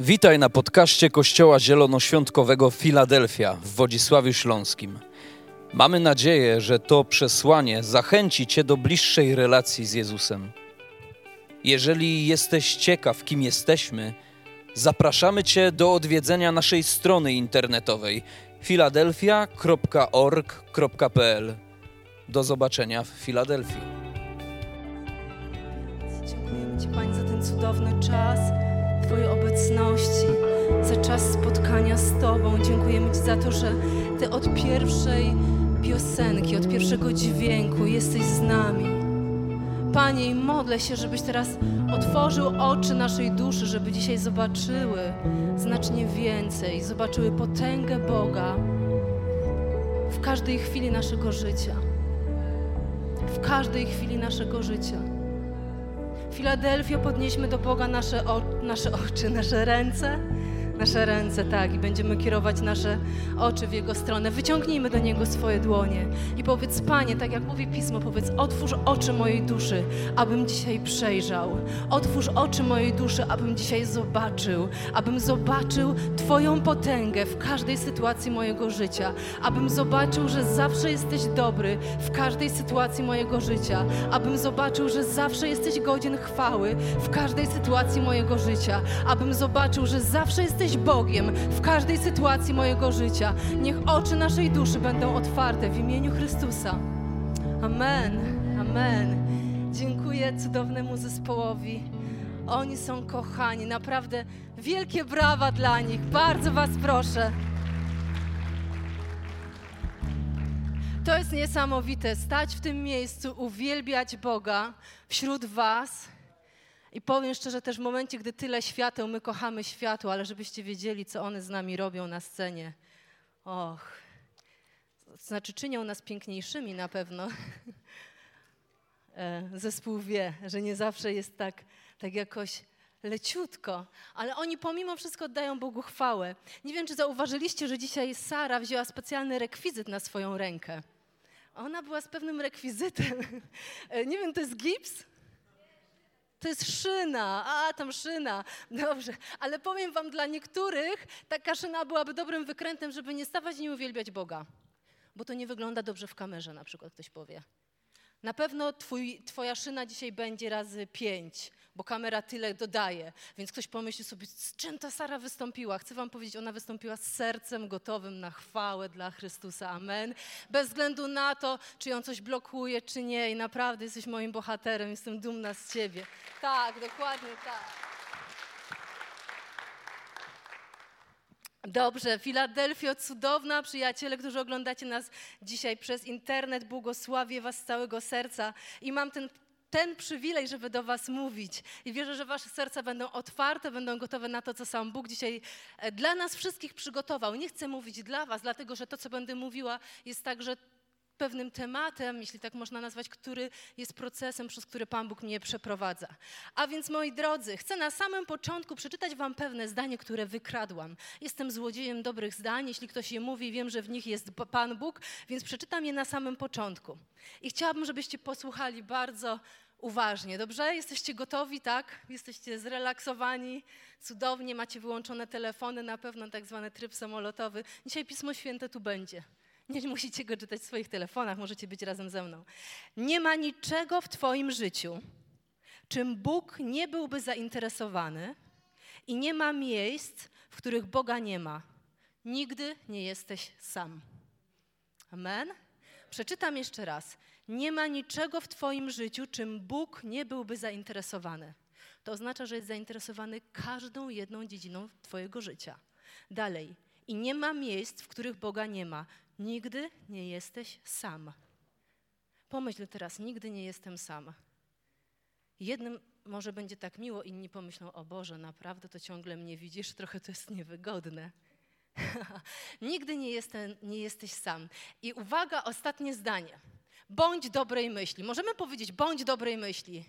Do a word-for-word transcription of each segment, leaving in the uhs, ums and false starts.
Witaj na podcaście Kościoła Zielonoświątkowego Filadelfia w Wodzisławiu Śląskim. Mamy nadzieję, że to przesłanie zachęci Cię do bliższej relacji z Jezusem. Jeżeli jesteś ciekaw, kim jesteśmy, zapraszamy Cię do odwiedzenia naszej strony internetowej filadelfia kropka org kropka p l. Do zobaczenia w Filadelfii. Dziękujemy Ci, Panie, za ten cudowny czas Twojej obecności, za czas spotkania z Tobą. Dziękujemy Ci za to, że Ty od pierwszej piosenki, od pierwszego dźwięku jesteś z nami. Panie, i modlę się, żebyś teraz otworzył oczy naszej duszy, żeby dzisiaj zobaczyły znacznie więcej, zobaczyły potęgę Boga w każdej chwili naszego życia. W każdej chwili naszego życia. Filadelfio, podnieśmy do Boga nasze, o, nasze oczy, nasze ręce, nasze ręce, tak, i będziemy kierować nasze oczy w Jego stronę. Wyciągnijmy do Niego swoje dłonie i powiedz: Panie, tak jak mówi Pismo, powiedz: otwórz oczy mojej duszy, abym dzisiaj przejrzał. Otwórz oczy mojej duszy, abym dzisiaj zobaczył, abym zobaczył Twoją potęgę w każdej sytuacji mojego życia, abym zobaczył, że zawsze jesteś dobry w każdej sytuacji mojego życia, abym zobaczył, że zawsze jesteś godzien chwały w każdej sytuacji mojego życia, abym zobaczył, że zawsze jesteś Bogiem w każdej sytuacji mojego życia. Niech oczy naszej duszy będą otwarte w imieniu Chrystusa. Amen. Amen. Dziękuję cudownemu zespołowi. Oni są kochani. Naprawdę wielkie brawa dla nich. Bardzo Was proszę. To jest niesamowite. Stać w tym miejscu, uwielbiać Boga wśród Was. I powiem szczerze, też w momencie, gdy tyle świateł, my kochamy światło, ale żebyście wiedzieli, co one z nami robią na scenie. Och, to znaczy czynią nas piękniejszymi na pewno. Zespół wie, że nie zawsze jest tak, tak jakoś leciutko, ale oni pomimo wszystko oddają Bogu chwałę. Nie wiem, czy zauważyliście, że dzisiaj Sara wzięła specjalny rekwizyt na swoją rękę. Ona była z pewnym rekwizytem. Nie wiem, to jest gips? To jest szyna, a tam szyna, dobrze, ale powiem wam, dla niektórych taka szyna byłaby dobrym wykrętem, żeby nie stawać i nie uwielbiać Boga, bo to nie wygląda dobrze w kamerze, na przykład ktoś powie. Na pewno twój, twoja szyna dzisiaj będzie razy pięć, bo kamera tyle dodaje, więc ktoś pomyśli sobie, z czym ta Sara wystąpiła. Chcę wam powiedzieć, ona wystąpiła z sercem gotowym na chwałę dla Chrystusa. Amen. Bez względu na to, czy ją coś blokuje, czy nie. I naprawdę jesteś moim bohaterem, jestem dumna z ciebie. Tak, dokładnie tak. Dobrze, Filadelfio, cudowna, przyjaciele, którzy oglądacie nas dzisiaj przez internet, błogosławię was z całego serca i mam ten ten przywilej, żeby do was mówić. I wierzę, że wasze serca będą otwarte, będą gotowe na to, co sam Bóg dzisiaj dla nas wszystkich przygotował. Nie chcę mówić dla was, dlatego że to, co będę mówiła, jest także pewnym tematem, jeśli tak można nazwać, który jest procesem, przez który Pan Bóg mnie przeprowadza. A więc, moi drodzy, chcę na samym początku przeczytać wam pewne zdanie, które wykradłam. Jestem złodziejem dobrych zdań, jeśli ktoś je mówi, wiem, że w nich jest Pan Bóg, więc przeczytam je na samym początku. I chciałabym, żebyście posłuchali bardzo uważnie, dobrze? Jesteście gotowi, tak? Jesteście zrelaksowani, cudownie, macie wyłączone telefony, na pewno tak zwany tryb samolotowy. Dzisiaj Pismo Święte tu będzie. Nie musicie go czytać w swoich telefonach, możecie być razem ze mną. Nie ma niczego w twoim życiu, czym Bóg nie byłby zainteresowany i nie ma miejsc, w których Boga nie ma. Nigdy nie jesteś sam. Amen? Przeczytam jeszcze raz. Nie ma niczego w twoim życiu, czym Bóg nie byłby zainteresowany. To oznacza, że jest zainteresowany każdą jedną dziedziną twojego życia. Dalej. I nie ma miejsc, w których Boga nie ma. Nigdy nie jesteś sam. Pomyśl teraz, nigdy nie jestem sam. Jednym może będzie tak miło, inni pomyślą: o Boże, naprawdę to ciągle mnie widzisz, trochę to jest niewygodne. Nigdy nie, jestem, nie jesteś sam. I uwaga, ostatnie zdanie. Bądź dobrej myśli. Możemy powiedzieć: bądź dobrej myśli.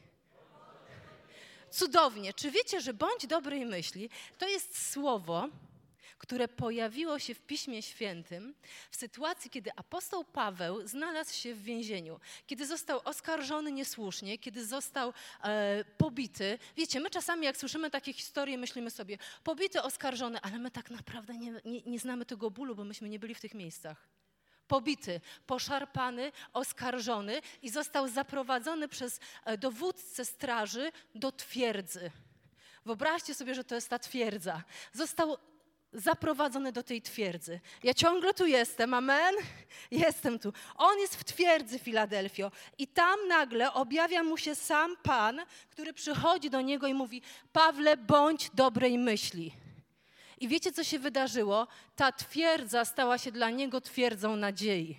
Cudownie. Czy wiecie, że bądź dobrej myśli to jest słowo, które pojawiło się w Piśmie Świętym w sytuacji, kiedy apostoł Paweł znalazł się w więzieniu, kiedy został oskarżony niesłusznie, kiedy został e, pobity. Wiecie, my czasami jak słyszymy takie historie, myślimy sobie, pobity, oskarżony, ale my tak naprawdę nie, nie, nie znamy tego bólu, bo myśmy nie byli w tych miejscach. Pobity, poszarpany, oskarżony i został zaprowadzony przez dowódcę straży do twierdzy. Wyobraźcie sobie, że to jest ta twierdza. Został zaprowadzony do tej twierdzy. Ja ciągle tu jestem, amen? Jestem tu. On jest w twierdzy Filadelfio i tam nagle objawia mu się sam Pan, który przychodzi do niego i mówi: Pawle, bądź dobrej myśli. I wiecie, co się wydarzyło? Ta twierdza stała się dla niego twierdzą nadziei,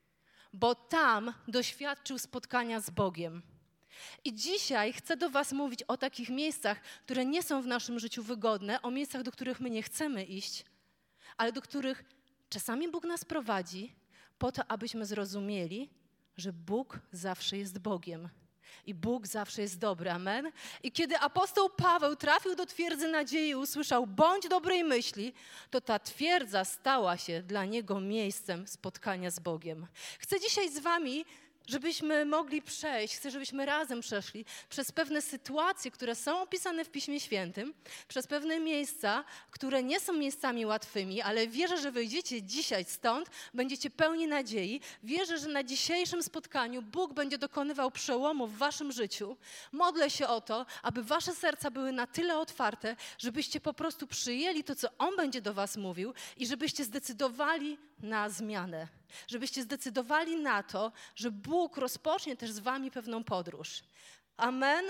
bo tam doświadczył spotkania z Bogiem. I dzisiaj chcę do was mówić o takich miejscach, które nie są w naszym życiu wygodne, o miejscach, do których my nie chcemy iść, ale do których czasami Bóg nas prowadzi po to, abyśmy zrozumieli, że Bóg zawsze jest Bogiem. I Bóg zawsze jest dobry, amen? I kiedy apostoł Paweł trafił do twierdzy nadziei i usłyszał: bądź dobrej myśli, to ta twierdza stała się dla niego miejscem spotkania z Bogiem. Chcę dzisiaj z wami, żebyśmy mogli przejść, chcę, żebyśmy razem przeszli przez pewne sytuacje, które są opisane w Piśmie Świętym, przez pewne miejsca, które nie są miejscami łatwymi, ale wierzę, że wyjdziecie dzisiaj stąd, będziecie pełni nadziei. Wierzę, że na dzisiejszym spotkaniu Bóg będzie dokonywał przełomu w waszym życiu. Modlę się o to, aby wasze serca były na tyle otwarte, żebyście po prostu przyjęli to, co On będzie do was mówił i żebyście zdecydowali na zmianę. Żebyście zdecydowali na to, że Bóg rozpocznie też z wami pewną podróż. Amen?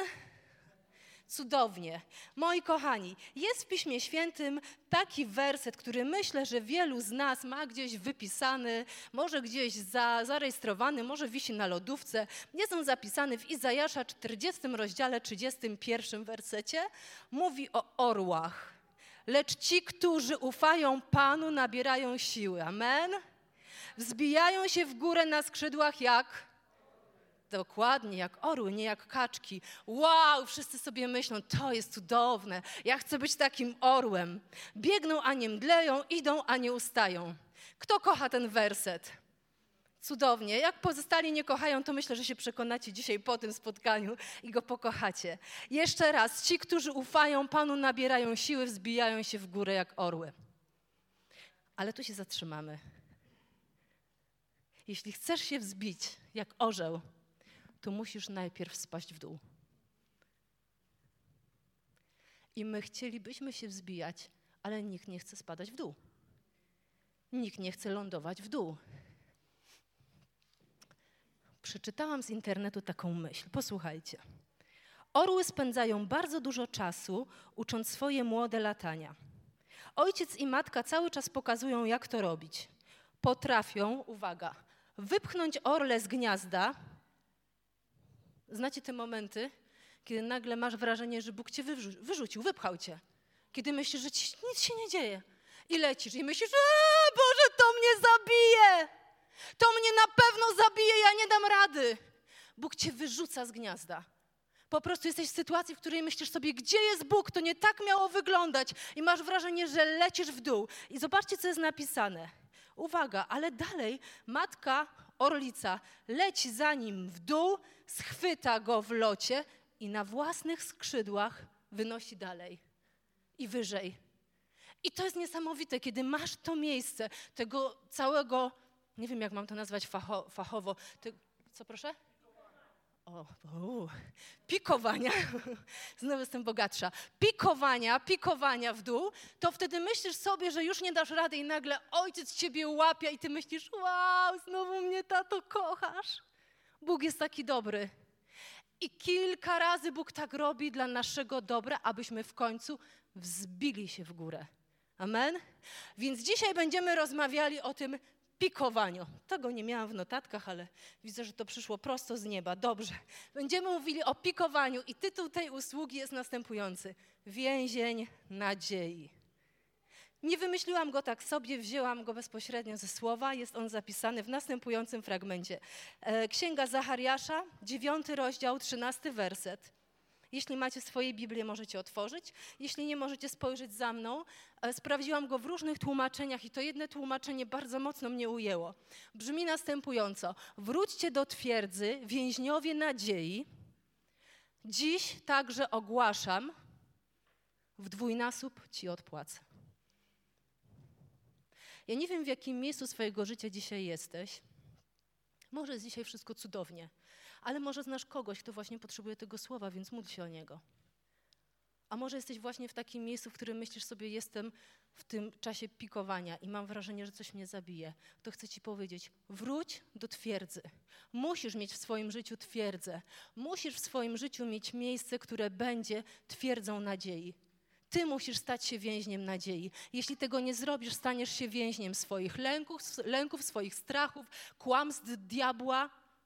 Cudownie. Moi kochani, jest w Piśmie Świętym taki werset, który myślę, że wielu z nas ma gdzieś wypisany, może gdzieś za, zarejestrowany, może wisi na lodówce. Jest on zapisany w Izajasza czterdziestym rozdziale, trzydziestym pierwszym wersecie. Mówi o orłach. Lecz ci, którzy ufają Panu, nabierają siły. Amen? Wzbijają się w górę na skrzydłach jak? Dokładnie, jak orły, nie jak kaczki. Wow, wszyscy sobie myślą, to jest cudowne, ja chcę być takim orłem. Biegną, a nie mdleją, idą, a nie ustają. Kto kocha ten werset? Cudownie. Jak pozostali nie kochają, to myślę, że się przekonacie dzisiaj po tym spotkaniu i go pokochacie. Jeszcze raz, ci, którzy ufają Panu, nabierają siły, wzbijają się w górę jak orły. Ale tu się zatrzymamy. Jeśli chcesz się wzbić jak orzeł, to musisz najpierw spaść w dół. I my chcielibyśmy się wzbijać, ale nikt nie chce spadać w dół. Nikt nie chce lądować w dół. Przeczytałam z internetu taką myśl. Posłuchajcie. Orły spędzają bardzo dużo czasu, ucząc swoje młode latania. Ojciec i matka cały czas pokazują, jak to robić. Potrafią, uwaga, wypchnąć orle z gniazda. Znacie te momenty, kiedy nagle masz wrażenie, że Bóg cię wyrzu- wyrzucił, wypchał cię. Kiedy myślisz, że ci nic się nie dzieje. I lecisz i myślisz: a Boże, to mnie zabije. To mnie na pewno zabije, ja nie dam rady. Bóg cię wyrzuca z gniazda. Po prostu jesteś w sytuacji, w której myślisz sobie, gdzie jest Bóg, to nie tak miało wyglądać. I masz wrażenie, że lecisz w dół. I zobaczcie, co jest napisane. Uwaga, ale dalej matka orlica leci za nim w dół, schwyta go w locie i na własnych skrzydłach wynosi dalej i wyżej. I to jest niesamowite, kiedy masz to miejsce tego całego, nie wiem jak mam to nazwać facho, fachowo, ty, co proszę? O, o, pikowania, znowu jestem bogatsza, pikowania, pikowania w dół, to wtedy myślisz sobie, że już nie dasz rady i nagle ojciec ciebie łapie i ty myślisz: wow, znowu mnie, tato, kochasz. Bóg jest taki dobry. I kilka razy Bóg tak robi dla naszego dobra, abyśmy w końcu wzbili się w górę. Amen? Więc dzisiaj będziemy rozmawiali o tym pikowaniu. Tego nie miałam w notatkach, ale widzę, że to przyszło prosto z nieba. Dobrze. Będziemy mówili o pikowaniu i tytuł tej usługi jest następujący. Więzień nadziei. Nie wymyśliłam go tak sobie, wzięłam go bezpośrednio ze słowa. Jest on zapisany w następującym fragmencie. Księga Zachariasza, dziewiąty rozdział, trzynasty werset. Jeśli macie swoje Biblię, możecie otworzyć. Jeśli nie, możecie spojrzeć za mną. Sprawdziłam go w różnych tłumaczeniach i to jedno tłumaczenie bardzo mocno mnie ujęło. Brzmi następująco. Wróćcie do twierdzy, więźniowie nadziei. Dziś także ogłaszam, w dwójnasób ci odpłacę. Ja nie wiem, w jakim miejscu swojego życia dzisiaj jesteś. Może jest dzisiaj wszystko cudownie, ale może znasz kogoś, kto właśnie potrzebuje tego słowa, więc módl się o niego. A może jesteś właśnie w takim miejscu, w którym myślisz sobie, jestem w tym czasie pikowania i mam wrażenie, że coś mnie zabije. To chcę ci powiedzieć, wróć do twierdzy. Musisz mieć w swoim życiu twierdzę. Musisz w swoim życiu mieć miejsce, które będzie twierdzą nadziei. Ty musisz stać się więźniem nadziei. Jeśli tego nie zrobisz, staniesz się więźniem swoich lęków, lęków, swoich strachów, kłamstw diabła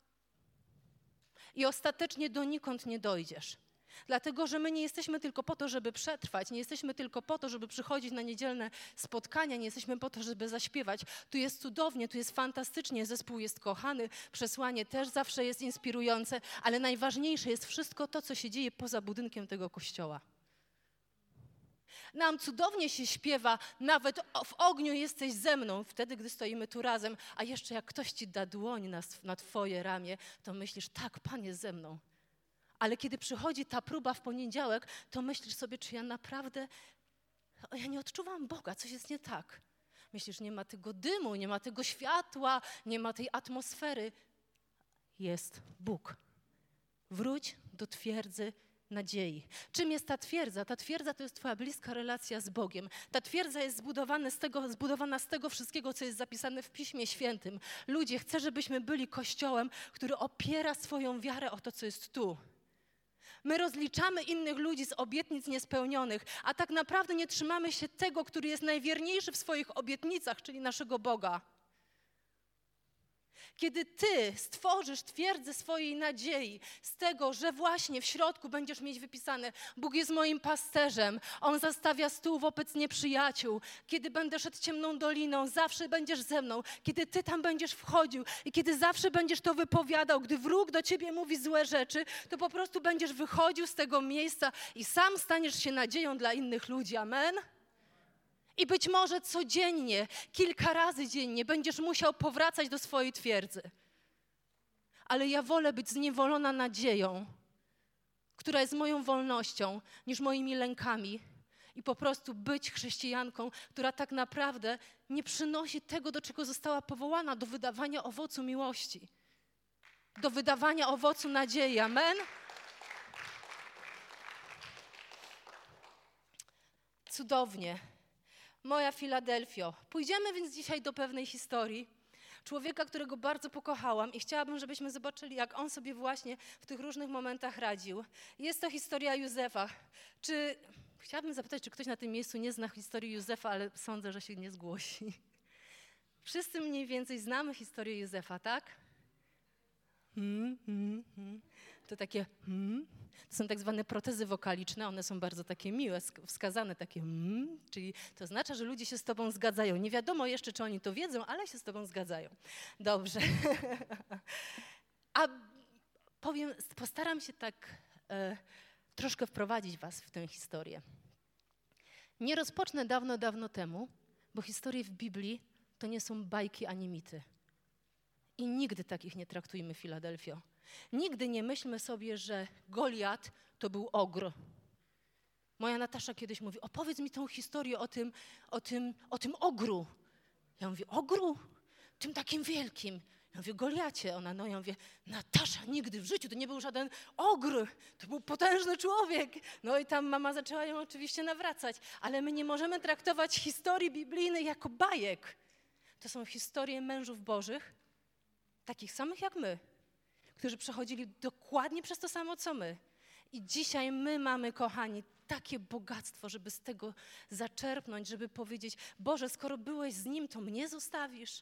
i ostatecznie donikąd nie dojdziesz. Dlatego, że my nie jesteśmy tylko po to, żeby przetrwać, nie jesteśmy tylko po to, żeby przychodzić na niedzielne spotkania, nie jesteśmy po to, żeby zaśpiewać. Tu jest cudownie, tu jest fantastycznie, zespół jest kochany, przesłanie też zawsze jest inspirujące, ale najważniejsze jest wszystko to, co się dzieje poza budynkiem tego kościoła. Nam cudownie się śpiewa, nawet w ogniu jesteś ze mną, wtedy, gdy stoimy tu razem, a jeszcze jak ktoś ci da dłoń na, na twoje ramię, to myślisz, tak, Pan jest ze mną. Ale kiedy przychodzi ta próba w poniedziałek, to myślisz sobie, czy ja naprawdę, ja nie odczuwam Boga, coś jest nie tak. Myślisz, nie ma tego dymu, nie ma tego światła, nie ma tej atmosfery. Jest Bóg. Wróć do twierdzy nadziei. Czym jest ta twierdza? Ta twierdza to jest twoja bliska relacja z Bogiem. Ta twierdza jest zbudowana z tego, zbudowana z tego wszystkiego, co jest zapisane w Piśmie Świętym. Ludzie, chcę, żebyśmy byli Kościołem, który opiera swoją wiarę o to, co jest tu. My rozliczamy innych ludzi z obietnic niespełnionych, a tak naprawdę nie trzymamy się tego, który jest najwierniejszy w swoich obietnicach, czyli naszego Boga. Kiedy ty stworzysz twierdzę swojej nadziei z tego, że właśnie w środku będziesz mieć wypisane Bóg jest moim pasterzem, On zastawia stół wobec nieprzyjaciół. Kiedy będę szedł ciemną doliną, zawsze będziesz ze mną. Kiedy ty tam będziesz wchodził i kiedy zawsze będziesz to wypowiadał, gdy wróg do ciebie mówi złe rzeczy, to po prostu będziesz wychodził z tego miejsca i sam staniesz się nadzieją dla innych ludzi. Amen? I być może codziennie, kilka razy dziennie będziesz musiał powracać do swojej twierdzy. Ale ja wolę być zniewolona nadzieją, która jest moją wolnością, niż moimi lękami. I po prostu być chrześcijanką, która tak naprawdę nie przynosi tego, do czego została powołana, do wydawania owocu miłości. Do wydawania owocu nadziei. Amen? Cudownie. Moja Filadelfio. Pójdziemy więc dzisiaj do pewnej historii człowieka, którego bardzo pokochałam i chciałabym, żebyśmy zobaczyli, jak on sobie właśnie w tych różnych momentach radził. Jest to historia Józefa. Czy, chciałabym zapytać, czy ktoś na tym miejscu nie zna historii Józefa, ale sądzę, że się nie zgłosi. Wszyscy mniej więcej znamy historię Józefa, tak? Hmm, hmm, hmm. To takie hmm. To są tak zwane protezy wokaliczne, one są bardzo takie miłe, wskazane takie hmm, czyli to oznacza, że ludzie się z tobą zgadzają. Nie wiadomo jeszcze, czy oni to wiedzą, ale się z tobą zgadzają. Dobrze. A powiem, postaram się tak e, troszkę wprowadzić was w tę historię. Nie rozpocznę dawno, dawno temu, bo historie w Biblii to nie są bajki ani mity. I nigdy takich nie traktujmy, Filadelfio. Nigdy nie myślmy sobie, że Goliat to był ogr. Moja Natasza kiedyś mówi, opowiedz mi tą historię o tym, o tym, o tym ogru. Ja mówię, ogru? Tym takim wielkim. Ja mówię, Goliacie. Ona, no ja mówię, Natasza, nigdy w życiu to nie był żaden ogr. To był potężny człowiek. No i tam mama zaczęła ją oczywiście nawracać. Ale my nie możemy traktować historii biblijnej jako bajek. To są historie mężów bożych, takich samych jak my, którzy przechodzili dokładnie przez to samo, co my. I dzisiaj my mamy, kochani, takie bogactwo, żeby z tego zaczerpnąć, żeby powiedzieć, Boże, skoro byłeś z Nim, to mnie zostawisz.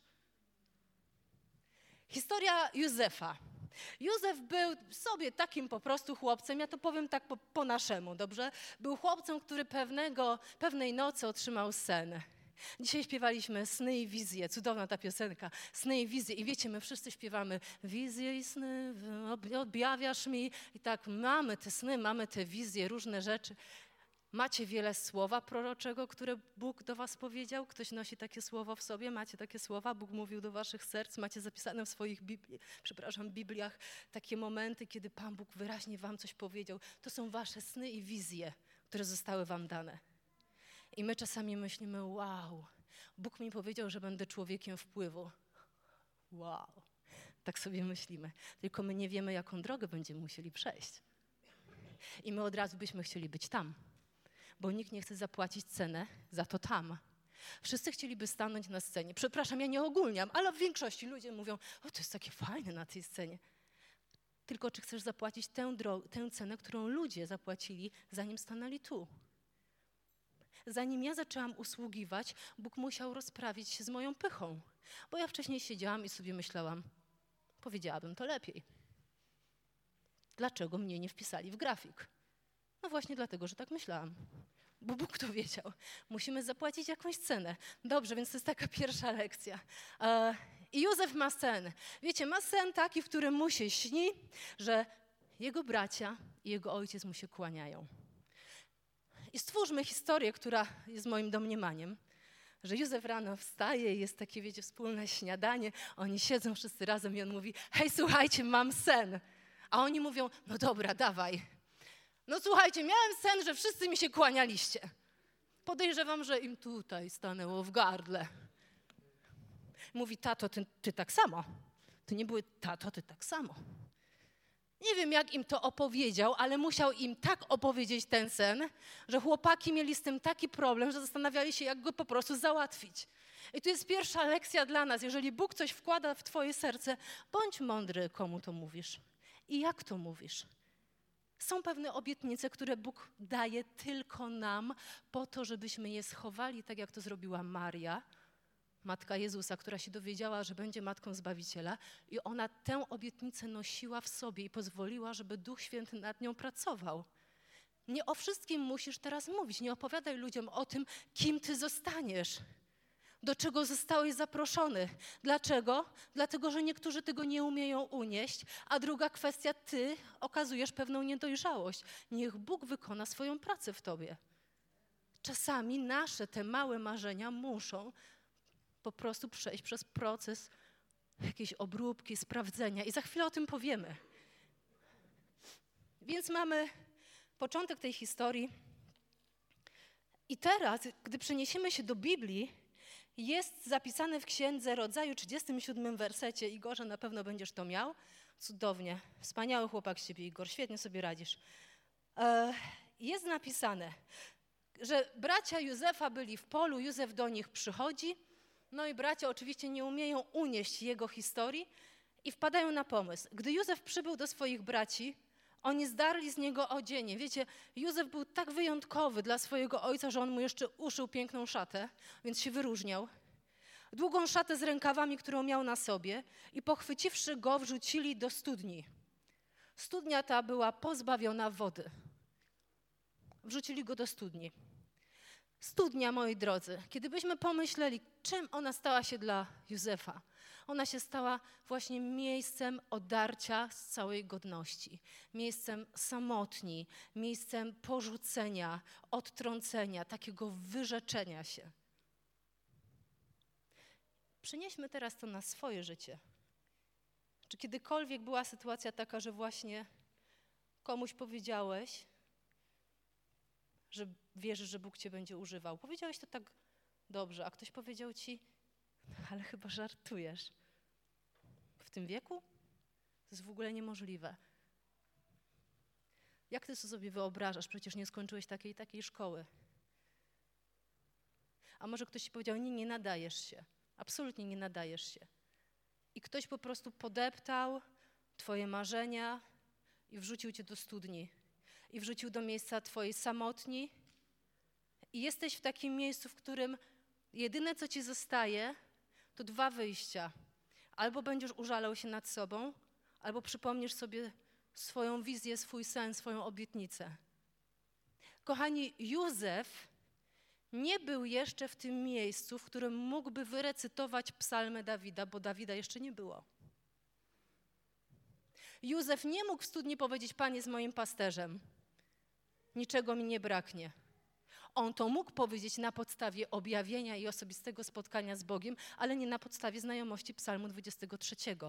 Historia Józefa. Józef był sobie takim po prostu chłopcem, ja to powiem tak po, po naszemu, dobrze? Był chłopcem, który pewnego, pewnej nocy otrzymał sen. Dzisiaj śpiewaliśmy Sny i wizje, cudowna ta piosenka, Sny i wizje. I wiecie, my wszyscy śpiewamy wizje i sny, objawiasz mi. I tak mamy te sny, mamy te wizje, różne rzeczy. Macie wiele słowa proroczego, które Bóg do was powiedział? Ktoś nosi takie słowo w sobie? Macie takie słowa? Bóg mówił do waszych serc? Macie zapisane w swoich Bibli, przepraszam, Bibliach takie momenty, kiedy Pan Bóg wyraźnie wam coś powiedział? To są wasze sny i wizje, które zostały wam dane. I my czasami myślimy, wow, Bóg mi powiedział, że będę człowiekiem wpływu. Wow, tak sobie myślimy. Tylko my nie wiemy, jaką drogę będziemy musieli przejść. I my od razu byśmy chcieli być tam. Bo nikt nie chce zapłacić cenę za to tam. Wszyscy chcieliby stanąć na scenie. Przepraszam, ja nie ogólniam, ale w większości ludzie mówią, o, to jest takie fajne na tej scenie. Tylko czy chcesz zapłacić tę, drogę, tę cenę, którą ludzie zapłacili, zanim stanęli tu? Zanim ja zaczęłam usługiwać, Bóg musiał rozprawić się z moją pychą. Bo ja wcześniej siedziałam i sobie myślałam, powiedziałabym to lepiej. Dlaczego mnie nie wpisali w grafik? No właśnie dlatego, że tak myślałam. Bo Bóg to wiedział. Musimy zapłacić jakąś cenę. Dobrze, więc to jest taka pierwsza lekcja. E, I Józef ma sen. Wiecie, ma sen taki, w którym mu się śni, że jego bracia i jego ojciec mu się kłaniają. I stwórzmy historię, która jest moim domniemaniem, że Józef rano wstaje i jest takie, wiecie, wspólne śniadanie. Oni siedzą wszyscy razem i on mówi, hej, słuchajcie, mam sen. A oni mówią, no dobra, dawaj. No słuchajcie, miałem sen, że wszyscy mi się kłanialiście. Podejrzewam, że im tutaj stanęło w gardle. Mówi, tato, ty, ty tak samo. To nie były, tato, ty tak samo. Nie wiem, jak im to opowiedział, ale musiał im tak opowiedzieć ten sen, że chłopaki mieli z tym taki problem, że zastanawiali się, jak go po prostu załatwić. I to jest pierwsza lekcja dla nas. Jeżeli Bóg coś wkłada w twoje serce, bądź mądry, komu to mówisz i jak to mówisz. Są pewne obietnice, które Bóg daje tylko nam po to, żebyśmy je schowali, tak jak to zrobiła Maria, matka Jezusa, która się dowiedziała, że będzie matką Zbawiciela i ona tę obietnicę nosiła w sobie i pozwoliła, żeby Duch Święty nad nią pracował. Nie o wszystkim musisz teraz mówić, nie opowiadaj ludziom o tym, kim ty zostaniesz, do czego zostałeś zaproszony. Dlaczego? Dlatego, że niektórzy tego nie umieją unieść, a druga kwestia, ty okazujesz pewną niedojrzałość. Niech Bóg wykona swoją pracę w tobie. Czasami nasze te małe marzenia muszą po prostu przejść przez proces jakiejś obróbki, sprawdzenia i za chwilę o tym powiemy. Więc mamy początek tej historii i teraz, gdy przeniesiemy się do Biblii, jest zapisane w Księdze Rodzaju, trzydziestym siódmym wersecie. Igorze, na pewno będziesz to miał. Cudownie. Wspaniały chłopak z ciebie, Igor. Świetnie sobie radzisz. E, jest napisane, że bracia Józefa byli w polu, Józef do nich przychodzi, no i bracia oczywiście nie umieją unieść jego historii i wpadają na pomysł. Gdy Józef przybył do swoich braci, oni zdarli z niego odzienie. Wiecie, Józef był tak wyjątkowy dla swojego ojca, że on mu jeszcze uszył piękną szatę, więc się wyróżniał. Długą szatę z rękawami, którą miał na sobie i pochwyciwszy go, wrzucili do studni. Studnia ta była pozbawiona wody. Wrzucili go do studni. Studnia, moi drodzy, kiedy byśmy pomyśleli, czym ona stała się dla Józefa, ona się stała właśnie miejscem odarcia z całej godności, miejscem samotni, miejscem porzucenia, odtrącenia, takiego wyrzeczenia się. Przenieśmy teraz to na swoje życie. Czy kiedykolwiek była sytuacja taka, że właśnie komuś powiedziałeś, że wierzysz, że Bóg cię będzie używał? Powiedziałeś to tak dobrze, a ktoś powiedział ci, ale chyba żartujesz. W tym wieku? To jest w ogóle niemożliwe. Jak ty to sobie wyobrażasz? Przecież nie skończyłeś takiej i takiej szkoły. A może ktoś ci powiedział, nie, nie nadajesz się. Absolutnie nie nadajesz się. I ktoś po prostu podeptał twoje marzenia i wrzucił cię do studni. I wrzucił do miejsca twojej samotni. I jesteś w takim miejscu, w którym jedyne, co ci zostaje, to dwa wyjścia. Albo będziesz użalał się nad sobą, albo przypomnisz sobie swoją wizję, swój sen, swoją obietnicę. Kochani, Józef nie był jeszcze w tym miejscu, w którym mógłby wyrecytować psalmy Dawida, bo Dawida jeszcze nie było. Józef nie mógł w studni powiedzieć: Pan jest moim pasterzem, niczego mi nie braknie. On to mógł powiedzieć na podstawie objawienia i osobistego spotkania z Bogiem, ale nie na podstawie znajomości psalmu dwudziestego trzeciego.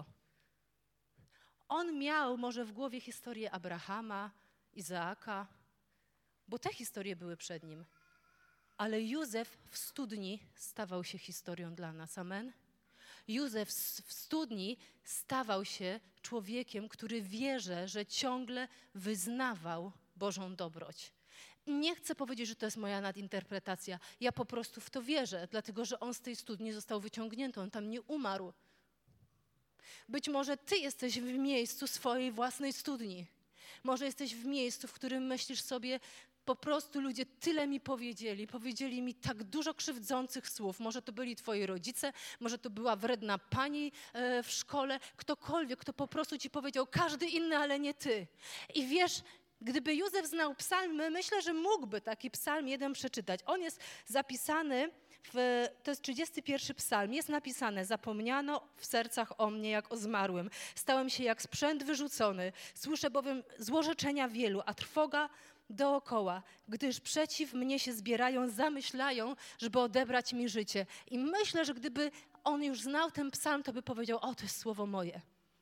On miał może w głowie historię Abrahama, Izaaka, bo te historie były przed nim. Ale Józef w studni stawał się historią dla nas. Amen? Józef w studni stawał się człowiekiem, który wierzy, że ciągle wyznawał Bożą dobroć. Nie chcę powiedzieć, że to jest moja nadinterpretacja. Ja po prostu w to wierzę, dlatego że on z tej studni został wyciągnięty, on tam nie umarł. Być może ty jesteś w miejscu swojej własnej studni. Może jesteś w miejscu, w którym myślisz sobie: po prostu ludzie tyle mi powiedzieli, powiedzieli mi tak dużo krzywdzących słów. Może to byli twoi rodzice, może to była wredna pani e, w szkole, ktokolwiek, kto po prostu ci powiedział, każdy inny, ale nie ty. I wiesz, gdyby Józef znał psalmy, myślę, że mógłby taki psalm jeden przeczytać. On jest zapisany, w, to jest trzydziesty pierwszy psalm, jest napisane: zapomniano w sercach o mnie jak o zmarłym. Stałem się jak sprzęt wyrzucony. Słyszę bowiem złorzeczenia wielu, a trwoga dookoła, gdyż przeciw mnie się zbierają, zamyślają, żeby odebrać mi życie. I myślę, że gdyby on już znał ten psalm, to by powiedział: o, to jest słowo moje.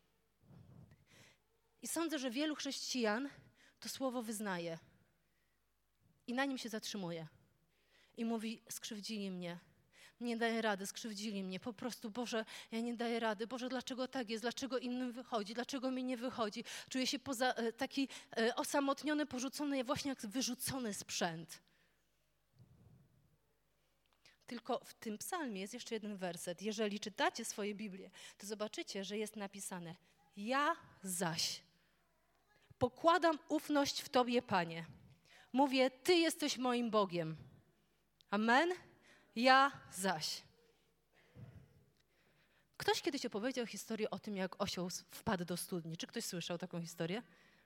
I sądzę, że wielu chrześcijan to słowo wyznaje i na nim się zatrzymuje. I mówi: skrzywdzili mnie, nie daję rady, skrzywdzili mnie, po prostu, Boże, ja nie daję rady, Boże, dlaczego tak jest, dlaczego innym wychodzi, dlaczego mi nie wychodzi. Czuję się poza, taki osamotniony, porzucony, właśnie jak wyrzucony sprzęt. Tylko w tym psalmie jest jeszcze jeden werset. Jeżeli czytacie swoje Biblię, to zobaczycie, że jest napisane: ja zaś pokładam ufność w Tobie, Panie. Mówię: Ty jesteś moim Bogiem. Amen? Ja zaś. Ktoś kiedyś opowiedział historię o tym, jak osioł wpadł do studni. Czy ktoś słyszał taką historię?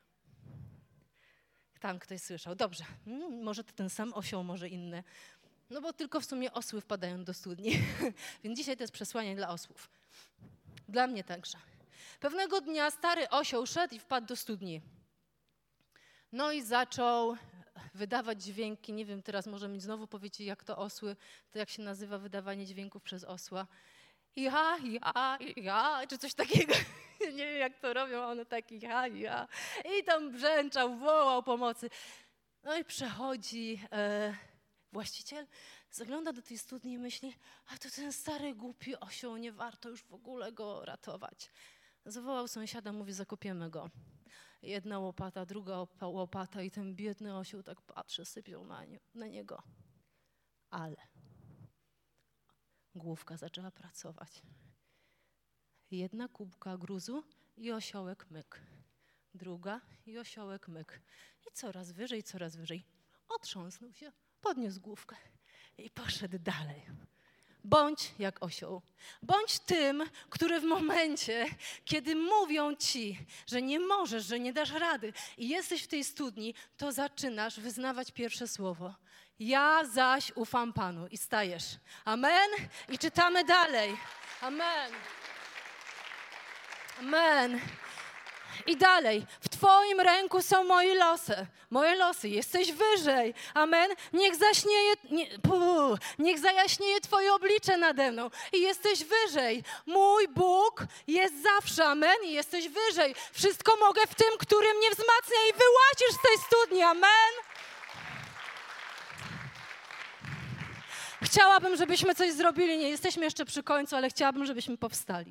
Tam ktoś słyszał. Dobrze. Hmm, może to ten sam osioł, może inny. No bo tylko w sumie osły wpadają do studni. Więc dzisiaj to jest przesłanie dla osłów. Dla mnie także. Pewnego dnia stary osioł szedł i wpadł do studni. No i zaczął wydawać dźwięki. Nie wiem, teraz może mi znowu powiecie, jak to osły, to jak się nazywa wydawanie dźwięków przez osła. Ja, ja, ja, czy coś takiego. Nie wiem, jak to robią, one takie ja, ja. I tam brzęczał, wołał pomocy. No i przechodzi e, właściciel, zagląda do tej studni i myśli: a to ten stary, głupi osioł, nie warto już w ogóle go ratować. Zawołał sąsiada, mówi: zakopiemy go. Jedna łopata, druga łopata i ten biedny osioł tak patrzy, sypią na, nie, na niego. Ale główka zaczęła pracować. Jedna kubka gruzu i osiołek myk. Druga i osiołek myk. I coraz wyżej, coraz wyżej. Otrząsnął się, podniósł główkę i poszedł dalej. Bądź jak osioł. Bądź tym, który w momencie, kiedy mówią ci, że nie możesz, że nie dasz rady i jesteś w tej studni, to zaczynasz wyznawać pierwsze słowo. Ja zaś ufam Panu. I stajesz. Amen? I czytamy dalej. Amen. Amen. I dalej. W Twoim ręku są moje losy. Moje losy. Jesteś wyżej. Amen. Niech zaśnieje, nie, puu, niech zajaśnieje Twoje oblicze nade mną. I jesteś wyżej. Mój Bóg jest zawsze. Amen. I jesteś wyżej. Wszystko mogę w tym, który mnie wzmacnia, i wyłazisz z tej studni. Amen. Chciałabym, żebyśmy coś zrobili. Nie jesteśmy jeszcze przy końcu, ale chciałabym, żebyśmy powstali.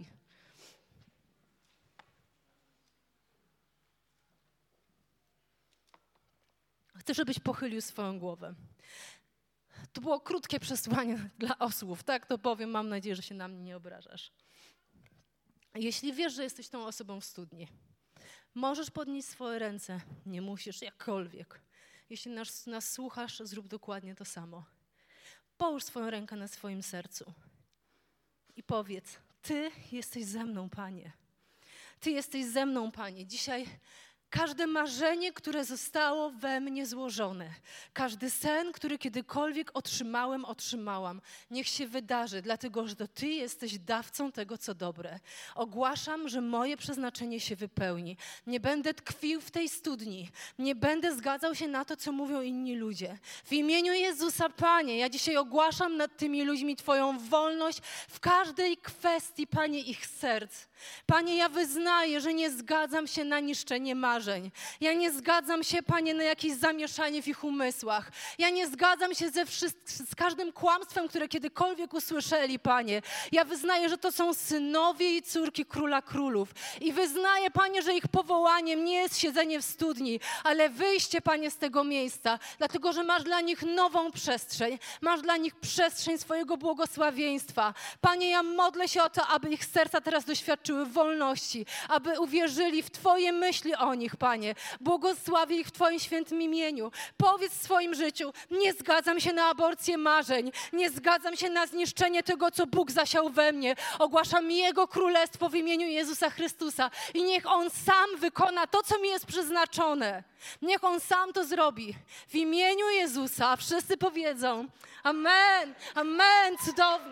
Chcę, żebyś pochylił swoją głowę. To było krótkie przesłanie dla osłów, tak to powiem. Mam nadzieję, że się na mnie nie obrażasz. Jeśli wiesz, że jesteś tą osobą w studni, możesz podnieść swoje ręce. Nie musisz, jakkolwiek. Jeśli nas, nas słuchasz, zrób dokładnie to samo. Połóż swoją rękę na swoim sercu i powiedz: Ty jesteś ze mną, Panie. Ty jesteś ze mną, Panie. Dzisiaj Każde marzenie, które zostało we mnie złożone, każdy sen, który kiedykolwiek otrzymałem, otrzymałam, niech się wydarzy, dlatego że to Ty jesteś dawcą tego, co dobre. Ogłaszam, że moje przeznaczenie się wypełni. Nie będę tkwił w tej studni, nie będę zgadzał się na to, co mówią inni ludzie. W imieniu Jezusa, Panie, ja dzisiaj ogłaszam nad tymi ludźmi Twoją wolność w każdej kwestii, Panie, ich serc. Panie, ja wyznaję, że nie zgadzam się na niszczenie marzeń. Ja nie zgadzam się, Panie, na jakieś zamieszanie w ich umysłach. Ja nie zgadzam się ze z każdym kłamstwem, które kiedykolwiek usłyszeli, Panie. Ja wyznaję, że to są synowie i córki Króla Królów. I wyznaję, Panie, że ich powołaniem nie jest siedzenie w studni, ale wyjście, Panie, z tego miejsca, dlatego że masz dla nich nową przestrzeń. Masz dla nich przestrzeń swojego błogosławieństwa. Panie, ja modlę się o to, aby ich serca teraz doświadczyły wolności, aby uwierzyli w Twoje myśli o nich, Panie. Błogosławię ich w Twoim świętym imieniu. Powiedz w swoim życiu, nie zgadzam się na aborcję marzeń, nie zgadzam się na zniszczenie tego, co Bóg zasiał we mnie. Ogłaszam Jego królestwo w imieniu Jezusa Chrystusa i niech On sam wykona to, co mi jest przeznaczone. Niech On sam to zrobi. W imieniu Jezusa wszyscy powiedzą amen, amen, cudownie.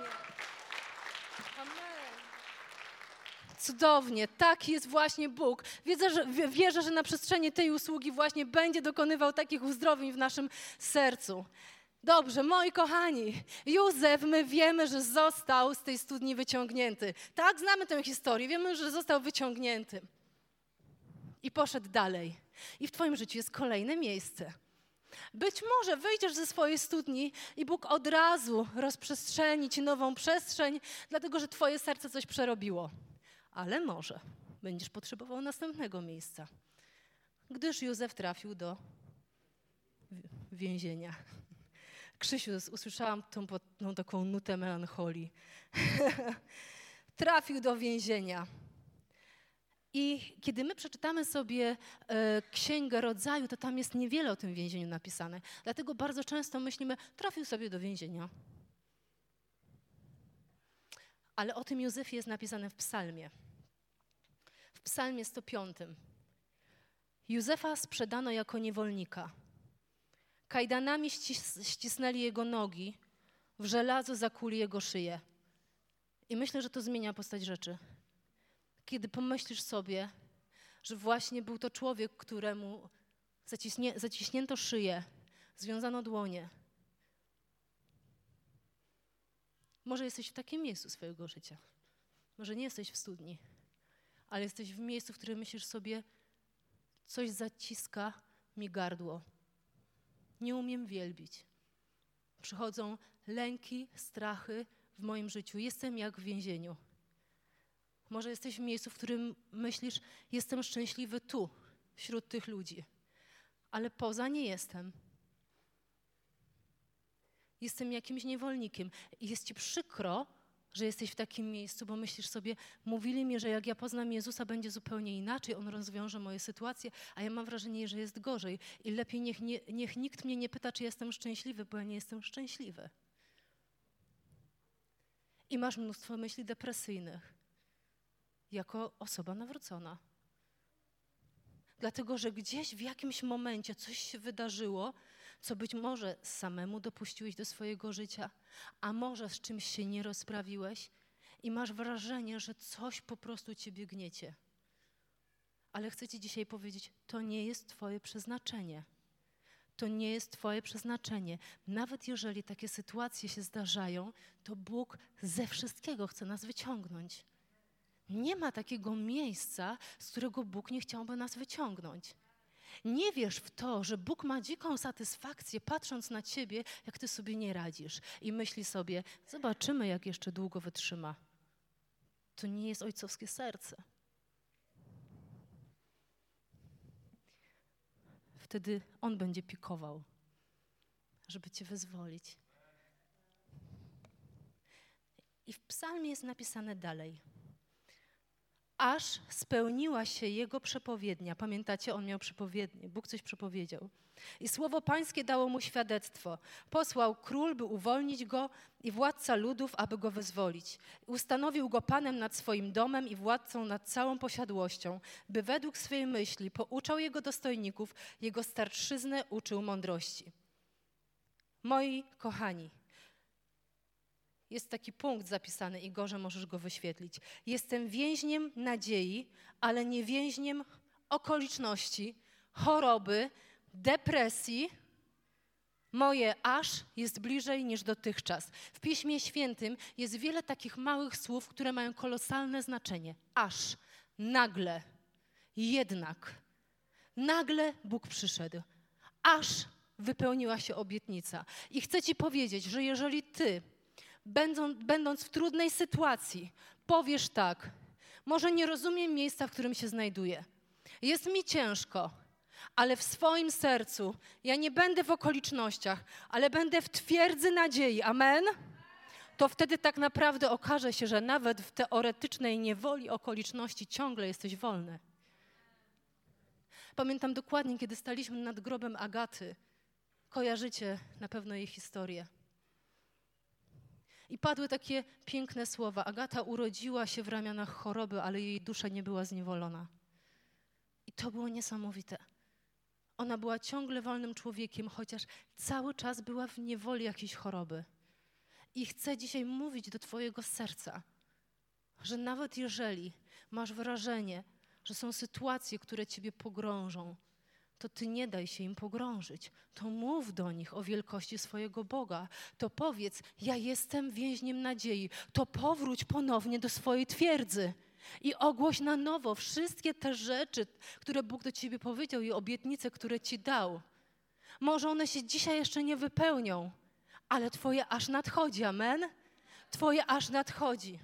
Cudownie, taki jest właśnie Bóg. Wierzę że, wierzę, że na przestrzeni tej usługi właśnie będzie dokonywał takich uzdrowień w naszym sercu. Dobrze, moi kochani, Józef, my wiemy, że został z tej studni wyciągnięty. Tak, znamy tę historię, wiemy, że został wyciągnięty. I poszedł dalej. I w Twoim życiu jest kolejne miejsce. Być może wyjdziesz ze swojej studni i Bóg od razu rozprzestrzeni Ci nową przestrzeń, dlatego że Twoje serce coś przerobiło. Ale może będziesz potrzebował następnego miejsca, gdyż Józef trafił do więzienia. Krzysiu, usłyszałam tą, tą taką nutę melancholii. Trafił do więzienia. I kiedy my przeczytamy sobie e, Księgę Rodzaju, to tam jest niewiele o tym więzieniu napisane. Dlatego bardzo często myślimy, trafił sobie do więzienia. Ale o tym Józefie jest napisane w psalmie. W psalmie sto piątym. Józefa sprzedano jako niewolnika. Kajdanami ścis- ścisnęli jego nogi, w żelazo zakuli jego szyję. I myślę, że to zmienia postać rzeczy. Kiedy pomyślisz sobie, że właśnie był to człowiek, któremu zaciśnie, zaciśnięto szyję, związano dłonie. Może jesteś w takim miejscu swojego życia. Może nie jesteś w studni, ale jesteś w miejscu, w którym myślisz sobie, coś zaciska mi gardło. Nie umiem wielbić. Przychodzą lęki, strachy w moim życiu. Jestem jak w więzieniu. Może jesteś w miejscu, w którym myślisz, jestem szczęśliwy tu, wśród tych ludzi, ale poza nie jestem. Jestem jakimś niewolnikiem i jest ci przykro, że jesteś w takim miejscu, bo myślisz sobie, mówili mi, że jak ja poznam Jezusa, będzie zupełnie inaczej, On rozwiąże moje sytuacje, a ja mam wrażenie, że jest gorzej i lepiej niech, nie, niech nikt mnie nie pyta, czy jestem szczęśliwy, bo ja nie jestem szczęśliwy. I masz mnóstwo myśli depresyjnych jako osoba nawrócona. Dlatego, że gdzieś w jakimś momencie coś się wydarzyło, co być może samemu dopuściłeś do swojego życia, a może z czymś się nie rozprawiłeś i masz wrażenie, że coś po prostu ciebie gniecie. Ale chcę ci dzisiaj powiedzieć, to nie jest twoje przeznaczenie. To nie jest twoje przeznaczenie. Nawet jeżeli takie sytuacje się zdarzają, to Bóg ze wszystkiego chce nas wyciągnąć. Nie ma takiego miejsca, z którego Bóg nie chciałby nas wyciągnąć. Nie wierz w to, że Bóg ma dziką satysfakcję, patrząc na ciebie, jak ty sobie nie radzisz. I myśli sobie, zobaczymy, jak jeszcze długo wytrzyma. To nie jest ojcowskie serce. Wtedy On będzie pikował, żeby cię wyzwolić. I w psalmie jest napisane dalej. aż spełniła się jego przepowiednia. Pamiętacie, on miał przepowiednię, Bóg coś przepowiedział. I słowo pańskie dało mu świadectwo. Posłał król, by uwolnić go i władca ludów, aby go wyzwolić. Ustanowił go panem nad swoim domem i władcą nad całą posiadłością, by według swej myśli pouczał jego dostojników, jego starszyznę uczył mądrości. Moi kochani, jest taki punkt zapisany, Igorze, możesz go wyświetlić. Jestem więźniem nadziei, ale nie więźniem okoliczności, choroby, depresji. Moje aż jest bliżej niż dotychczas. W Piśmie Świętym jest wiele takich małych słów, które mają kolosalne znaczenie. Aż, nagle, jednak. Nagle Bóg przyszedł. Aż wypełniła się obietnica. I chcę ci powiedzieć, że jeżeli ty, będąc, będąc w trudnej sytuacji, powiesz tak, może nie rozumiem miejsca, w którym się znajduję. Jest mi ciężko, ale w swoim sercu ja nie będę w okolicznościach, ale będę w twierdzy nadziei. Amen? To wtedy tak naprawdę okaże się, że nawet w teoretycznej niewoli okoliczności ciągle jesteś wolny. Pamiętam dokładnie, kiedy staliśmy nad grobem Agaty. Kojarzycie na pewno jej historię. I padły takie piękne słowa. Agata urodziła się w ramionach choroby, ale jej dusza nie była zniewolona. I to było niesamowite. Ona była ciągle wolnym człowiekiem, chociaż cały czas była w niewoli jakiejś choroby. I chcę dzisiaj mówić do twojego serca, że nawet jeżeli masz wrażenie, że są sytuacje, które ciebie pogrążą, to ty nie daj się im pogrążyć. To mów do nich o wielkości swojego Boga. To powiedz, ja jestem więźniem nadziei. To powróć ponownie do swojej twierdzy i ogłoś na nowo wszystkie te rzeczy, które Bóg do ciebie powiedział i obietnice, które ci dał. Może one się dzisiaj jeszcze nie wypełnią, ale twoje aż nadchodzi, amen? Twoje aż nadchodzi.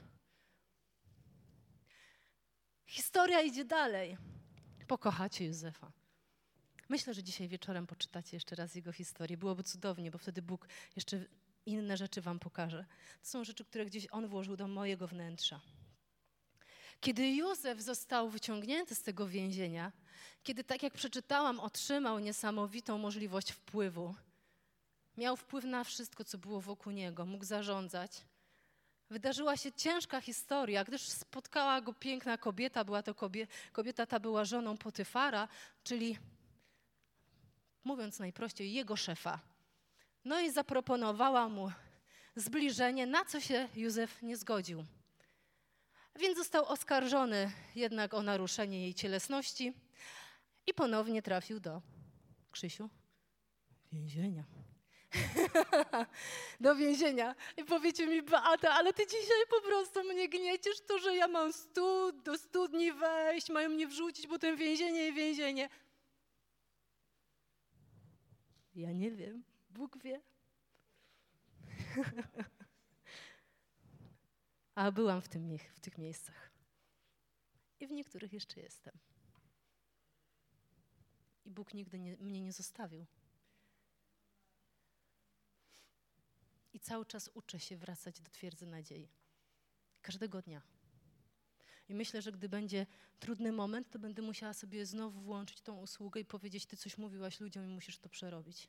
Historia idzie dalej. Pokochacie Józefa. Myślę, że dzisiaj wieczorem poczytacie jeszcze raz jego historię. Byłoby cudownie, bo wtedy Bóg jeszcze inne rzeczy wam pokaże. To są rzeczy, które gdzieś On włożył do mojego wnętrza. Kiedy Józef został wyciągnięty z tego więzienia, kiedy, tak jak przeczytałam, otrzymał niesamowitą możliwość wpływu, miał wpływ na wszystko, co było wokół niego, mógł zarządzać, wydarzyła się ciężka historia, gdyż spotkała go piękna kobieta, była to kobie, kobieta ta była żoną Potyfara, czyli mówiąc najprościej, jego szefa. No i zaproponowała mu zbliżenie, na co się Józef nie zgodził. Więc został oskarżony jednak o naruszenie jej cielesności i ponownie trafił do, Krzysiu, więzienia. do więzienia. I powiecie mi, Beata, ale ty dzisiaj po prostu mnie gniecisz to, że ja mam stu, do studni wejść, mają mnie wrzucić, potem więzienie i więzienie. Ja nie wiem, Bóg wie. A byłam w, tym, w tych miejscach. I w niektórych jeszcze jestem. I Bóg nigdy nie, mnie nie zostawił. I cały czas uczę się wracać do twierdzy nadziei. Każdego dnia. I myślę, że gdy będzie trudny moment, to będę musiała sobie znowu włączyć tą usługę i powiedzieć, ty coś mówiłaś ludziom i musisz to przerobić.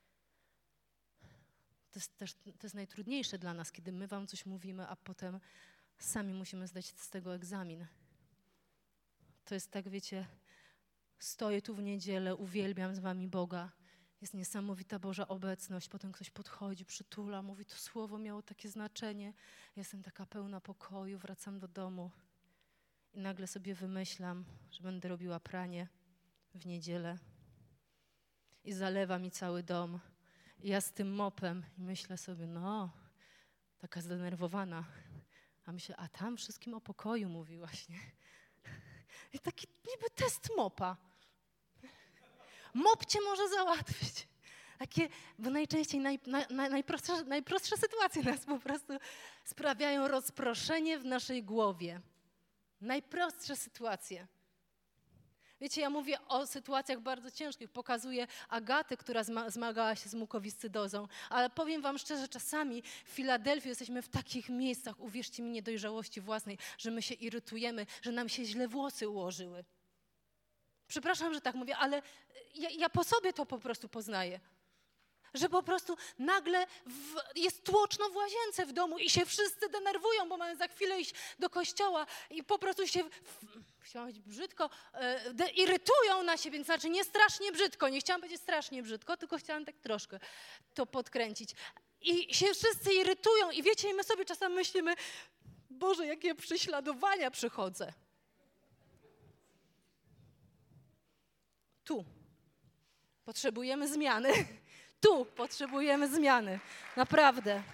To jest też to jest najtrudniejsze dla nas, kiedy my wam coś mówimy, a potem sami musimy zdać z tego egzamin. To jest tak, wiecie, stoję tu w niedzielę, uwielbiam z wami Boga. Jest niesamowita Boża obecność. Potem ktoś podchodzi, przytula, mówi, to słowo miało takie znaczenie. Jestem taka pełna pokoju, wracam do domu i nagle sobie wymyślam, że będę robiła pranie w niedzielę i zalewa mi cały dom. I ja z tym mopem i myślę sobie, no, taka zdenerwowana. A myślę, a tam wszystkim o pokoju mówi właśnie. I taki niby test mopa. Mop cię może załatwić. Takie, bo najczęściej naj, naj, najprostsze, najprostsze sytuacje nas po prostu sprawiają rozproszenie w naszej głowie. Najprostsze sytuacje. Wiecie, ja mówię o sytuacjach bardzo ciężkich. Pokazuję Agatę, która zma- zmagała się z mukowiscydozą. Ale powiem wam szczerze, czasami w Filadelfii jesteśmy w takich miejscach, uwierzcie mi, niedojrzałości własnej, że my się irytujemy, że nam się źle włosy ułożyły. Przepraszam, że tak mówię, ale ja, ja po sobie to po prostu poznaję. Że po prostu nagle w, jest tłoczno w łazience w domu i się wszyscy denerwują, bo mamy za chwilę iść do kościoła i po prostu się, w, chciałam powiedzieć brzydko, e, de, irytują na siebie, znaczy nie strasznie brzydko, nie chciałam powiedzieć strasznie brzydko, tylko chciałam tak troszkę to podkręcić. I się wszyscy irytują i wiecie, i my sobie czasem myślimy, Boże, jakie prześladowania przychodzę. Tu potrzebujemy zmiany. Tu potrzebujemy zmiany. Naprawdę.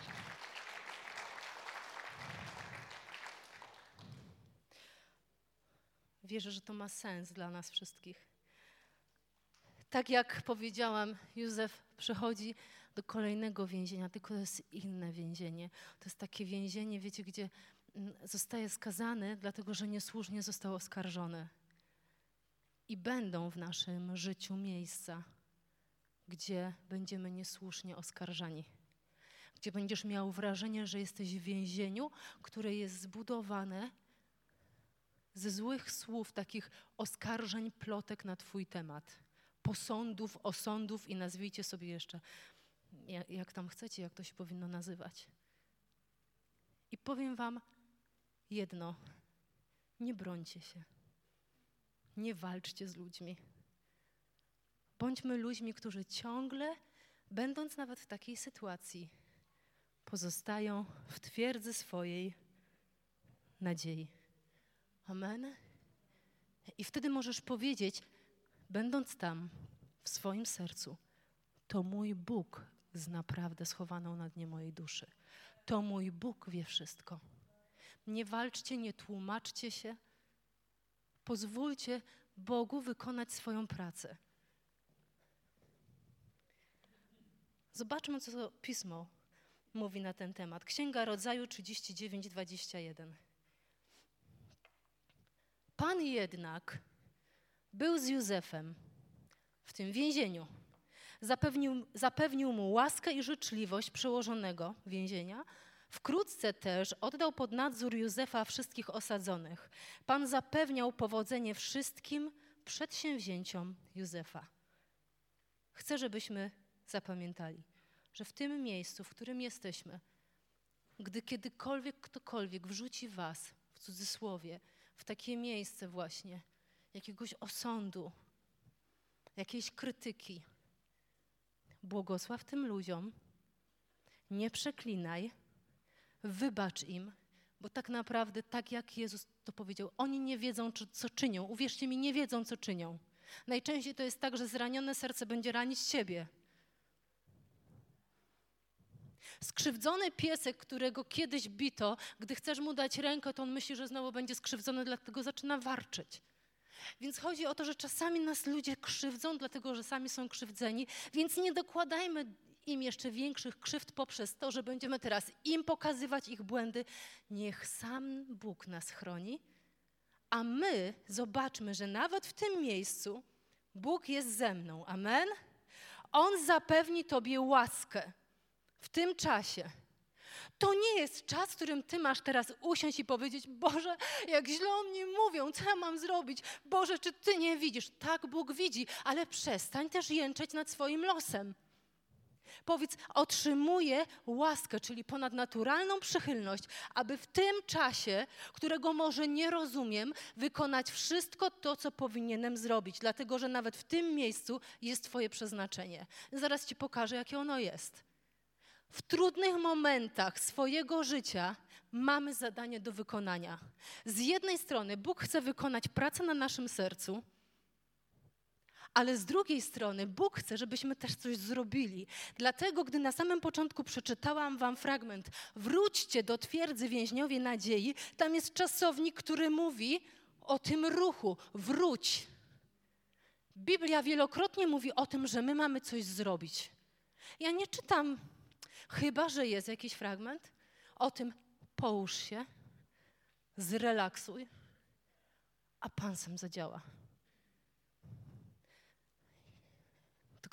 Wierzę, że to ma sens dla nas wszystkich. Tak jak powiedziałam, Józef przechodzi do kolejnego więzienia, tylko to jest inne więzienie. To jest takie więzienie, wiecie, gdzie zostaje skazany, dlatego że niesłusznie został oskarżony. I będą w naszym życiu miejsca, gdzie będziemy niesłusznie oskarżani. Gdzie będziesz miał wrażenie, że jesteś w więzieniu, które jest zbudowane ze złych słów, takich oskarżeń, plotek na twój temat. Posądów, osądów i nazwijcie sobie jeszcze, jak, jak tam chcecie, jak to się powinno nazywać. I powiem wam jedno, nie brońcie się. Nie walczcie z ludźmi. Bądźmy ludźmi, którzy ciągle, będąc nawet w takiej sytuacji, pozostają w twierdzy swojej nadziei. Amen. I wtedy możesz powiedzieć, będąc tam w swoim sercu, to mój Bóg zna prawdę schowaną na dnie mojej duszy. To mój Bóg wie wszystko. Nie walczcie, nie tłumaczcie się. Pozwólcie Bogu wykonać swoją pracę. Zobaczmy, co Pismo mówi na ten temat. Księga Rodzaju trzydzieści dziewięć, dwadzieścia jeden. Pan jednak był z Józefem w tym więzieniu. Zapewnił, zapewnił mu łaskę i życzliwość przełożonego więzienia. Wkrótce też oddał pod nadzór Józefa wszystkich osadzonych. Pan zapewniał powodzenie wszystkim przedsięwzięciom Józefa. Chcę, żebyśmy zapamiętali, że w tym miejscu, w którym jesteśmy, gdy kiedykolwiek ktokolwiek wrzuci was, w cudzysłowie, w takie miejsce właśnie jakiegoś osądu, jakiejś krytyki, błogosław tym ludziom, nie przeklinaj, wybacz im, bo tak naprawdę, tak jak Jezus to powiedział, oni nie wiedzą, co czynią. Uwierzcie mi, nie wiedzą, co czynią. Najczęściej to jest tak, że zranione serce będzie ranić ciebie. Skrzywdzony piesek, którego kiedyś bito, gdy chcesz mu dać rękę, to on myśli, że znowu będzie skrzywdzony, dlatego zaczyna warczeć. Więc chodzi o to, że czasami nas ludzie krzywdzą, dlatego że sami są krzywdzeni, więc nie dokładajmy im jeszcze większych krzywd poprzez to, że będziemy teraz im pokazywać ich błędy. Niech sam Bóg nas chroni, a my zobaczmy, że nawet w tym miejscu Bóg jest ze mną. Amen? On zapewni tobie łaskę w tym czasie. To nie jest czas, w którym ty masz teraz usiąść i powiedzieć, Boże, jak źle o mnie mówią, co ja mam zrobić? Boże, czy ty nie widzisz? Tak, Bóg widzi, ale przestań też jęczeć nad swoim losem. Powiedz, otrzymuję łaskę, czyli ponadnaturalną przychylność, aby w tym czasie, którego może nie rozumiem, wykonać wszystko to, co powinienem zrobić, dlatego że nawet w tym miejscu jest twoje przeznaczenie. Zaraz ci pokażę, jakie ono jest. W trudnych momentach swojego życia mamy zadanie do wykonania. Z jednej strony Bóg chce wykonać pracę na naszym sercu, ale z drugiej strony Bóg chce, żebyśmy też coś zrobili. Dlatego, gdy na samym początku przeczytałam wam fragment wróćcie do twierdzy więźniowie nadziei, tam jest czasownik, który mówi o tym ruchu. Wróć. Biblia wielokrotnie mówi o tym, że my mamy coś zrobić. Ja nie czytam, chyba że jest jakiś fragment o tym, połóż się, zrelaksuj, a Pan sam zadziała.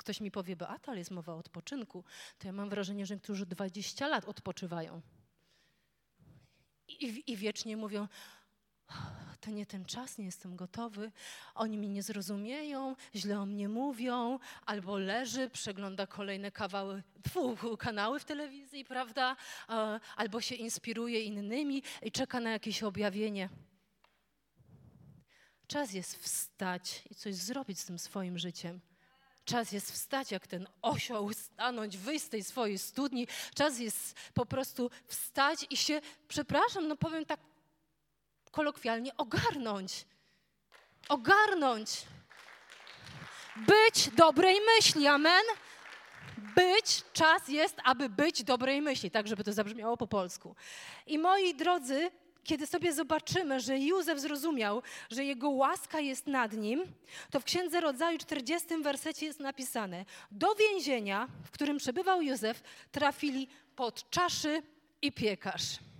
Ktoś mi powie, Beata, ale jest mowa o odpoczynku. To ja mam wrażenie, że niektórzy dwadzieścia lat odpoczywają. I, i wiecznie mówią, to nie ten czas, nie jestem gotowy, oni mnie nie zrozumieją, źle o mnie mówią, albo leży, przegląda kolejne kawały, tfu, kanały w telewizji, prawda, albo się inspiruje innymi i czeka na jakieś objawienie. Czas jest wstać i coś zrobić z tym swoim życiem. Czas jest wstać jak ten osioł, stanąć, wyjść z tej swojej studni. Czas jest po prostu wstać i się, przepraszam, no powiem tak kolokwialnie, ogarnąć. Ogarnąć. Być dobrej myśli, amen? Być, czas jest, aby być dobrej myśli, tak żeby to zabrzmiało po polsku. I moi drodzy, kiedy sobie zobaczymy, że Józef zrozumiał, że jego łaska jest nad nim, to w Księdze Rodzaju czterdziestym wersecie jest napisane: do więzienia, w którym przebywał Józef, trafili podczaszy i piekarz.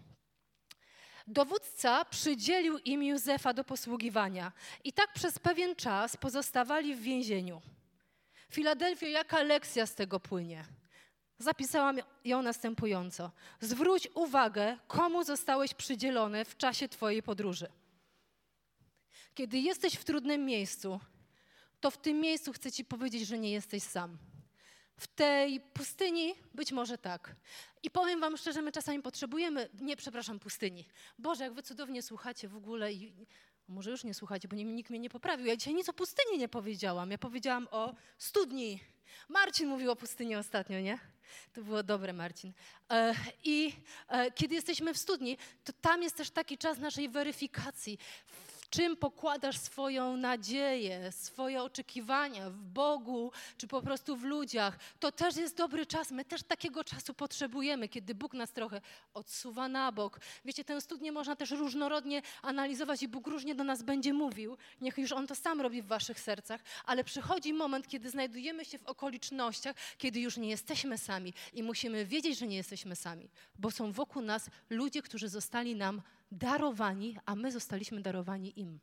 Dowódca przydzielił im Józefa do posługiwania i tak przez pewien czas pozostawali w więzieniu. Filadelfio, jaka lekcja z tego płynie? Zapisałam ją następująco. Zwróć uwagę, komu zostałeś przydzielony w czasie twojej podróży. Kiedy jesteś w trudnym miejscu, to w tym miejscu chcę ci powiedzieć, że nie jesteś sam. W tej pustyni być może tak. I powiem wam szczerze, my czasami potrzebujemy, nie, przepraszam, pustyni. Boże, jak wy cudownie słuchacie w ogóle i może już nie słuchacie, bo nikt mnie nie poprawił. Ja dzisiaj nic o pustyni nie powiedziałam. Ja powiedziałam o studni. Marcin mówił o pustyni ostatnio, nie? To było dobre, Marcin. E, I e, kiedy jesteśmy w studni, to tam jest też taki czas naszej weryfikacji. W czym pokładasz swoją nadzieję, swoje oczekiwania, w Bogu, czy po prostu w ludziach. To też jest dobry czas. My też takiego czasu potrzebujemy, kiedy Bóg nas trochę odsuwa na bok. Wiecie, tę studnię można też różnorodnie analizować i Bóg różnie do nas będzie mówił. Niech już On to sam robi w waszych sercach, ale przychodzi moment, kiedy znajdujemy się w okolicznościach, kiedy już nie jesteśmy sami i musimy wiedzieć, że nie jesteśmy sami, bo są wokół nas ludzie, którzy zostali nam darowani, a my zostaliśmy darowani im.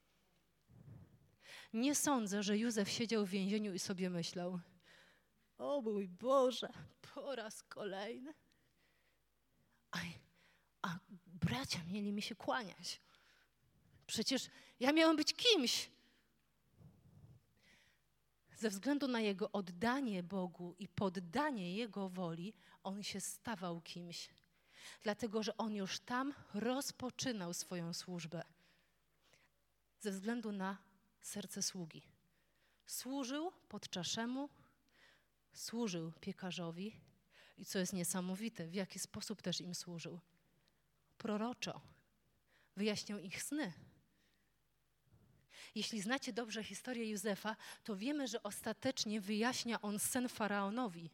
Nie sądzę, że Józef siedział w więzieniu i sobie myślał: o mój Boże, po raz kolejny. A, a bracia mieli mi się kłaniać. Przecież ja miałem być kimś. Ze względu na jego oddanie Bogu i poddanie Jego woli, on się stawał kimś. Dlatego, że on już tam rozpoczynał swoją służbę. Ze względu na serce sługi. Służył podczaszemu, służył piekarzowi i co jest niesamowite, w jaki sposób też im służył. Proroczo. Wyjaśniał ich sny. Jeśli znacie dobrze historię Józefa, to wiemy, że ostatecznie wyjaśnia on sen Faraonowi.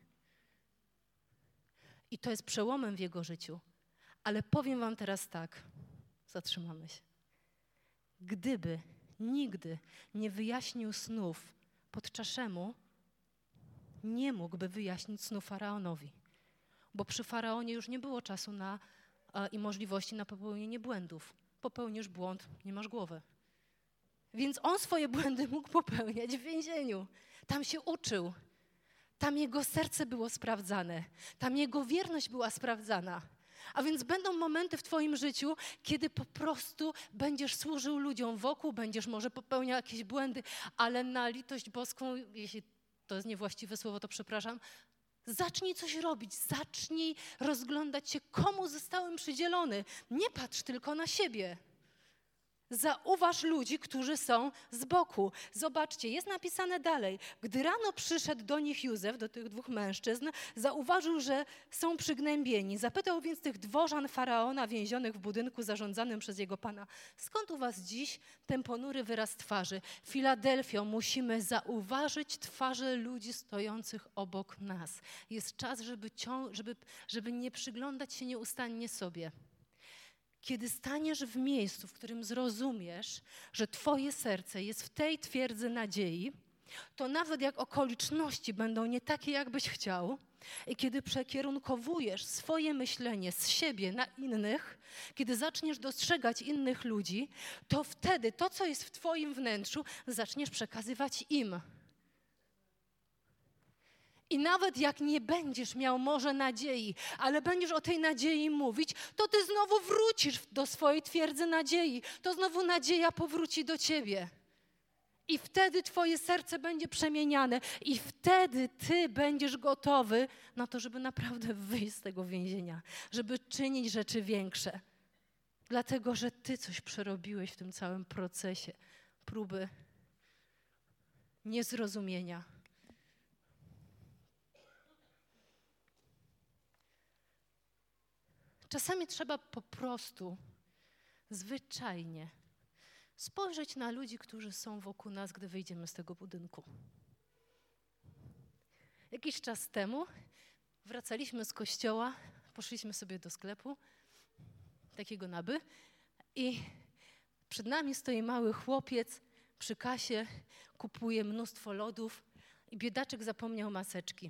I to jest przełomem w jego życiu. Ale powiem wam teraz tak, zatrzymamy się. Gdyby nigdy nie wyjaśnił snów podczaszemu, nie mógłby wyjaśnić snu Faraonowi. Bo przy Faraonie już nie było czasu na, a, i możliwości na popełnienie błędów. Popełnisz błąd, nie masz głowy. Więc on swoje błędy mógł popełniać w więzieniu. Tam się uczył. Tam jego serce było sprawdzane. Tam jego wierność była sprawdzana. A więc będą momenty w twoim życiu, kiedy po prostu będziesz służył ludziom wokół, będziesz może popełniał jakieś błędy, ale na litość boską, jeśli to jest niewłaściwe słowo, to przepraszam, zacznij coś robić, zacznij rozglądać się, komu zostałem przydzielony. Nie patrz tylko na siebie. Zauważ ludzi, którzy są z boku. Zobaczcie, jest napisane dalej. Gdy rano przyszedł do nich Józef, do tych dwóch mężczyzn, zauważył, że są przygnębieni. Zapytał więc tych dworzan Faraona więzionych w budynku zarządzanym przez jego pana: skąd u was dziś ten ponury wyraz twarzy? Filadelfio, musimy zauważyć twarze ludzi stojących obok nas. Jest czas, żeby, cią- żeby, żeby nie przyglądać się nieustannie sobie. Kiedy staniesz w miejscu, w którym zrozumiesz, że twoje serce jest w tej twierdzy nadziei, to nawet jak okoliczności będą nie takie, jakbyś chciał, i kiedy przekierunkowujesz swoje myślenie z siebie na innych, kiedy zaczniesz dostrzegać innych ludzi, to wtedy to, co jest w twoim wnętrzu, zaczniesz przekazywać im. I nawet jak nie będziesz miał może nadziei, ale będziesz o tej nadziei mówić, to ty znowu wrócisz do swojej twierdzy nadziei. To znowu nadzieja powróci do ciebie. I wtedy twoje serce będzie przemieniane i wtedy ty będziesz gotowy na to, żeby naprawdę wyjść z tego więzienia, żeby czynić rzeczy większe. Dlatego, że ty coś przerobiłeś w tym całym procesie próby niezrozumienia. Czasami trzeba po prostu zwyczajnie spojrzeć na ludzi, którzy są wokół nas, gdy wyjdziemy z tego budynku. Jakiś czas temu wracaliśmy z kościoła, poszliśmy sobie do sklepu, takiego Naby, i przed nami stoi mały chłopiec przy kasie, kupuje mnóstwo lodów i biedaczek zapomniał maseczki.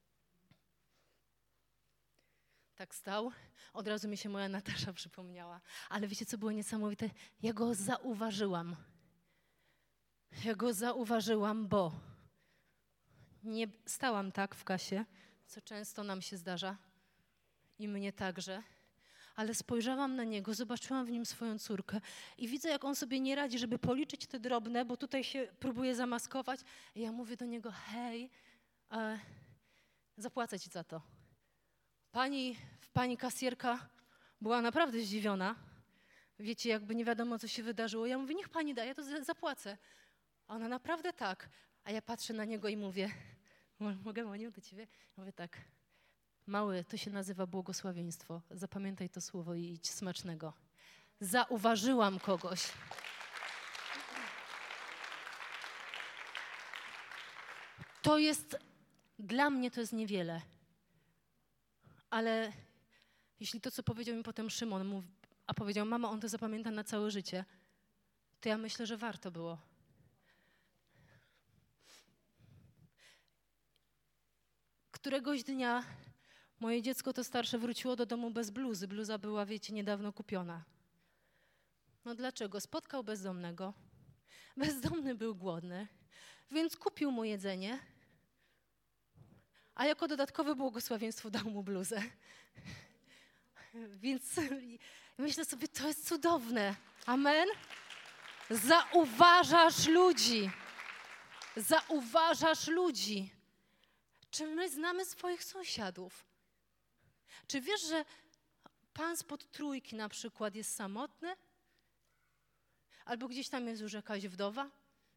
Tak stał, od razu mi się moja Natasza przypomniała. Ale wiecie, co było niesamowite? Ja go zauważyłam. Ja go zauważyłam, bo nie stałam tak w kasie, co często nam się zdarza i mnie także, ale spojrzałam na niego, zobaczyłam w nim swoją córkę i widzę, jak on sobie nie radzi, żeby policzyć te drobne, bo tutaj się próbuje zamaskować. I ja mówię do niego, hej, e, zapłacę ci za to. Pani, pani kasjerka była naprawdę zdziwiona. Wiecie, jakby nie wiadomo, co się wydarzyło. Ja mówię, niech pani da, ja to z- zapłacę. A ona naprawdę tak. A ja patrzę na niego i mówię, mogę, Moniu, do ciebie? Mówię tak, mały, to się nazywa błogosławieństwo. Zapamiętaj to słowo i idź smacznego. Zauważyłam kogoś. To jest, dla mnie to jest niewiele. Ale jeśli to, co powiedział mi potem Szymon, mów, a powiedział, mama, on to zapamięta na całe życie, to ja myślę, że warto było. Któregoś dnia moje dziecko, to starsze, wróciło do domu bez bluzy. Bluza była, wiecie, niedawno kupiona. No dlaczego? Spotkał bezdomnego. Bezdomny był głodny, więc kupił mu jedzenie, a jako dodatkowe błogosławieństwo dał mu bluzę. Więc myślę sobie, to jest cudowne. Amen? Zauważasz ludzi. Zauważasz ludzi. Czy my znamy swoich sąsiadów? Czy wiesz, że pan spod Trójki na przykład jest samotny? Albo gdzieś tam jest już jakaś wdowa?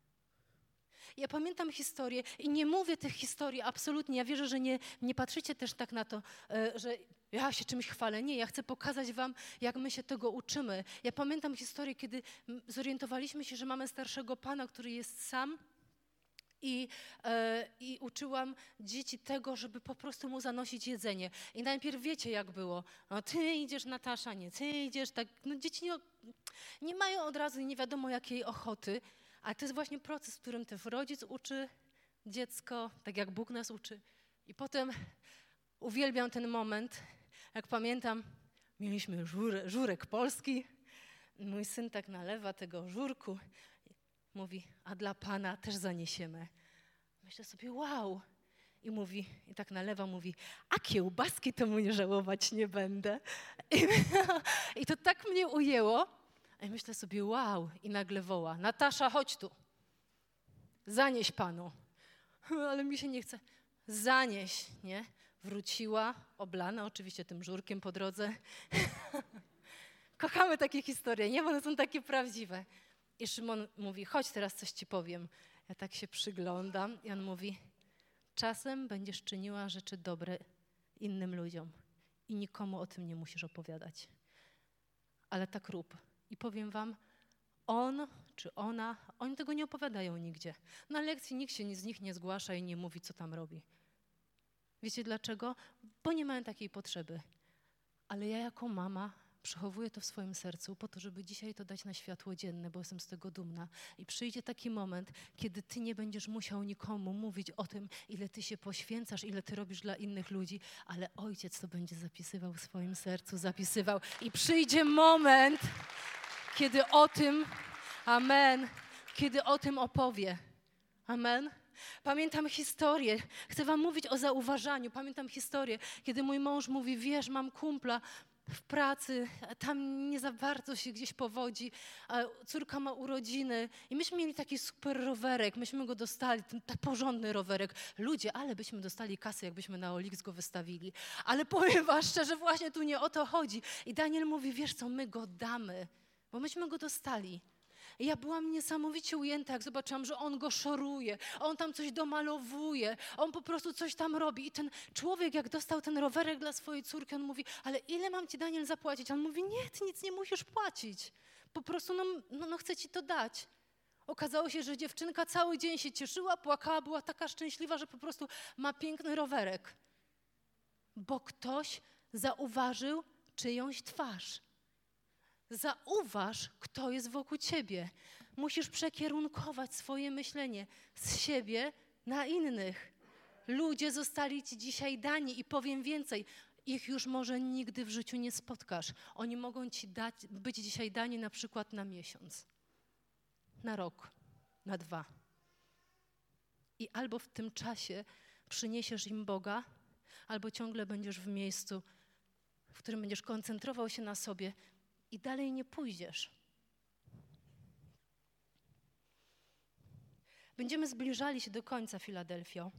Ja pamiętam historię i nie mówię tych historii absolutnie. Ja wierzę, że nie, nie patrzycie też tak na to, że ja się czymś chwalę. Nie, ja chcę pokazać wam, jak my się tego uczymy. Ja pamiętam historię, kiedy zorientowaliśmy się, że mamy starszego pana, który jest sam. I, e, I uczyłam dzieci tego, żeby po prostu mu zanosić jedzenie. I najpierw wiecie, jak było. No, ty idziesz, Natasza, nie, ty idziesz. Tak. No, dzieci nie, nie mają od razu nie wiadomo jakiej ochoty, a to jest właśnie proces, w którym też rodzic uczy dziecko, tak jak Bóg nas uczy. I potem uwielbiam ten moment, jak pamiętam, mieliśmy żurek, żurek polski. Mój syn tak nalewa tego żurku. Mówi, a dla Pana też zaniesiemy. Myślę sobie, wow. I mówi, i tak nalewa, mówi, a kiełbaski to mu nie żałować nie będę. I, i to tak mnie ujęło. I myślę sobie, wow. I nagle woła, Natasza, chodź tu. Zanieś Panu. Ale mi się nie chce. Zanieś, nie? Wróciła, oblana oczywiście tym żurkiem po drodze. Kochamy takie historie, nie? Bo one są takie prawdziwe. I Szymon mówi, chodź, teraz coś ci powiem. Ja tak się przyglądam i on mówi, czasem będziesz czyniła rzeczy dobre innym ludziom i nikomu o tym nie musisz opowiadać. Ale tak rób. I powiem wam, on czy ona, oni tego nie opowiadają nigdzie. Na lekcji nikt się z nich nie zgłasza i nie mówi, co tam robi. Wiecie dlaczego? Bo nie mają takiej potrzeby. Ale ja jako mama przechowuję to w swoim sercu po to, żeby dzisiaj to dać na światło dzienne, bo jestem z tego dumna. I przyjdzie taki moment, kiedy ty nie będziesz musiał nikomu mówić o tym, ile ty się poświęcasz, ile ty robisz dla innych ludzi, ale Ojciec to będzie zapisywał w swoim sercu, zapisywał. I przyjdzie moment, kiedy o tym, amen, kiedy o tym opowie. Amen. Pamiętam historię, chcę wam mówić o zauważaniu. Pamiętam historię, kiedy mój mąż mówi, wiesz, mam kumpla w pracy, tam nie za bardzo się gdzieś powodzi, a córka ma urodziny i myśmy mieli taki super rowerek, myśmy go dostali, ten tak porządny rowerek. Ludzie, ale byśmy dostali kasę, jakbyśmy na Olix go wystawili. Ale powiem wam szczerze, właśnie tu nie o to chodzi. I Daniel mówi, wiesz co, my go damy, bo myśmy go dostali. I ja byłam niesamowicie ujęta, jak zobaczyłam, że on go szoruje, on tam coś domalowuje, on po prostu coś tam robi. I ten człowiek, jak dostał ten rowerek dla swojej córki, on mówi, ale ile mam ci, Daniel, zapłacić? On mówi, nie, ty nic nie musisz płacić. Po prostu no, no, no chcę ci to dać. Okazało się, że dziewczynka cały dzień się cieszyła, płakała, była taka szczęśliwa, że po prostu ma piękny rowerek. Bo ktoś zauważył czyjąś twarz. Zauważ, kto jest wokół ciebie. Musisz przekierunkować swoje myślenie z siebie na innych. Ludzie zostali ci dzisiaj dani i powiem więcej, ich już może nigdy w życiu nie spotkasz. Oni mogą ci dać, być dzisiaj dani na przykład na miesiąc, na rok, na dwa. I albo w tym czasie przyniesiesz im Boga, albo ciągle będziesz w miejscu, w którym będziesz koncentrował się na sobie, i dalej nie pójdziesz. Będziemy zbliżali się do końca, Filadelfio.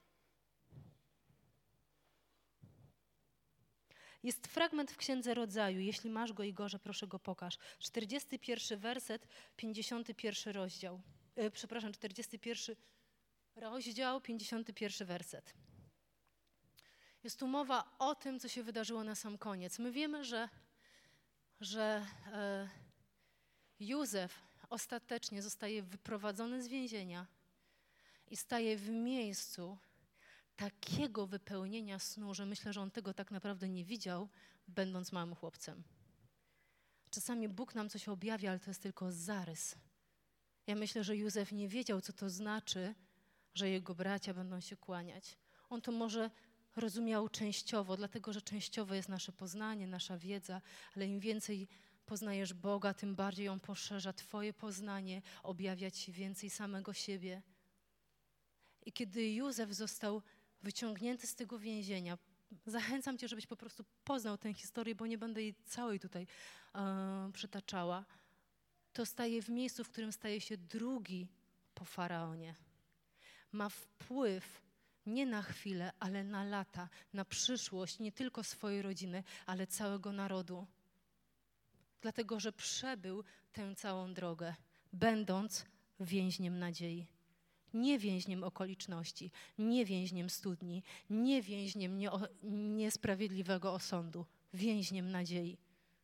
Jest fragment w Księdze Rodzaju. Jeśli masz go, Igorze, proszę go pokaż. czterdziesty pierwszy werset, pięćdziesiąty pierwszy rozdział. E, przepraszam, czterdziesty pierwszy rozdział, pięćdziesiąty pierwszy werset. Jest tu mowa o tym, co się wydarzyło na sam koniec. My wiemy, że że e, Józef ostatecznie zostaje wyprowadzony z więzienia i staje w miejscu takiego wypełnienia snu, że myślę, że on tego tak naprawdę nie widział, będąc małym chłopcem. Czasami Bóg nam coś objawia, ale to jest tylko zarys. Ja myślę, że Józef nie wiedział, co to znaczy, że jego bracia będą się kłaniać. On to może rozumiał częściowo, dlatego że częściowo jest nasze poznanie, nasza wiedza, ale im więcej poznajesz Boga, tym bardziej On poszerza twoje poznanie, objawia ci więcej samego siebie. I kiedy Józef został wyciągnięty z tego więzienia, zachęcam cię, żebyś po prostu poznał tę historię, bo nie będę jej całej tutaj e, przytaczała, to staje w miejscu, w którym staje się drugi po Faraonie. Ma wpływ nie na chwilę, ale na lata, na przyszłość nie tylko swojej rodziny, ale całego narodu. Dlatego, że przebył tę całą drogę, będąc więźniem nadziei. Nie więźniem okoliczności, nie więźniem studni, nie więźniem nie, niesprawiedliwego osądu, więźniem nadziei.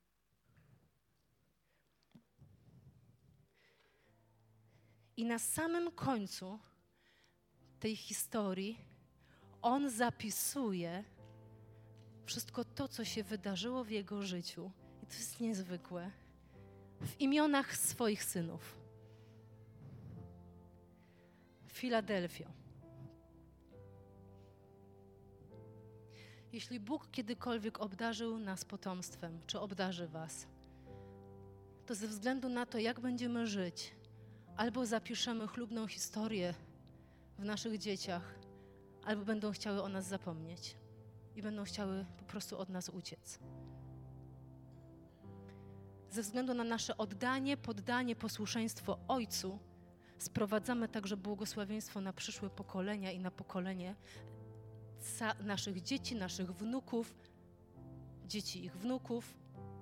I na samym końcu tej historii on zapisuje wszystko to, co się wydarzyło w jego życiu. I to jest niezwykłe. W imionach swoich synów. Filadelfio. Jeśli Bóg kiedykolwiek obdarzył nas potomstwem, czy obdarzy was, to ze względu na to, jak będziemy żyć, albo zapiszemy chlubną historię w naszych dzieciach, albo będą chciały o nas zapomnieć i będą chciały po prostu od nas uciec. Ze względu na nasze oddanie, poddanie, posłuszeństwo Ojcu, sprowadzamy także błogosławieństwo na przyszłe pokolenia i na pokolenie naszych dzieci, naszych wnuków, dzieci ich wnuków.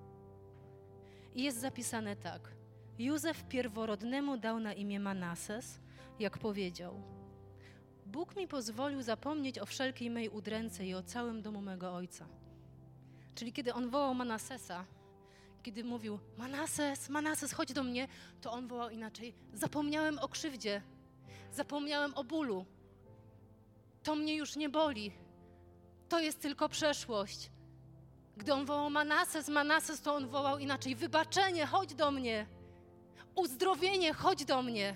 I jest zapisane tak. Józef pierworodnemu dał na imię Manases, jak powiedział: Bóg mi pozwolił zapomnieć o wszelkiej mej udręce i o całym domu mego ojca. Czyli kiedy on wołał Manasesa, kiedy mówił: Manases, Manases, chodź do mnie, to on wołał inaczej: zapomniałem o krzywdzie, zapomniałem o bólu. To mnie już nie boli. To jest tylko przeszłość. Gdy on wołał Manases, Manases, to on wołał inaczej: wybaczenie, chodź do mnie. Uzdrowienie, chodź do mnie.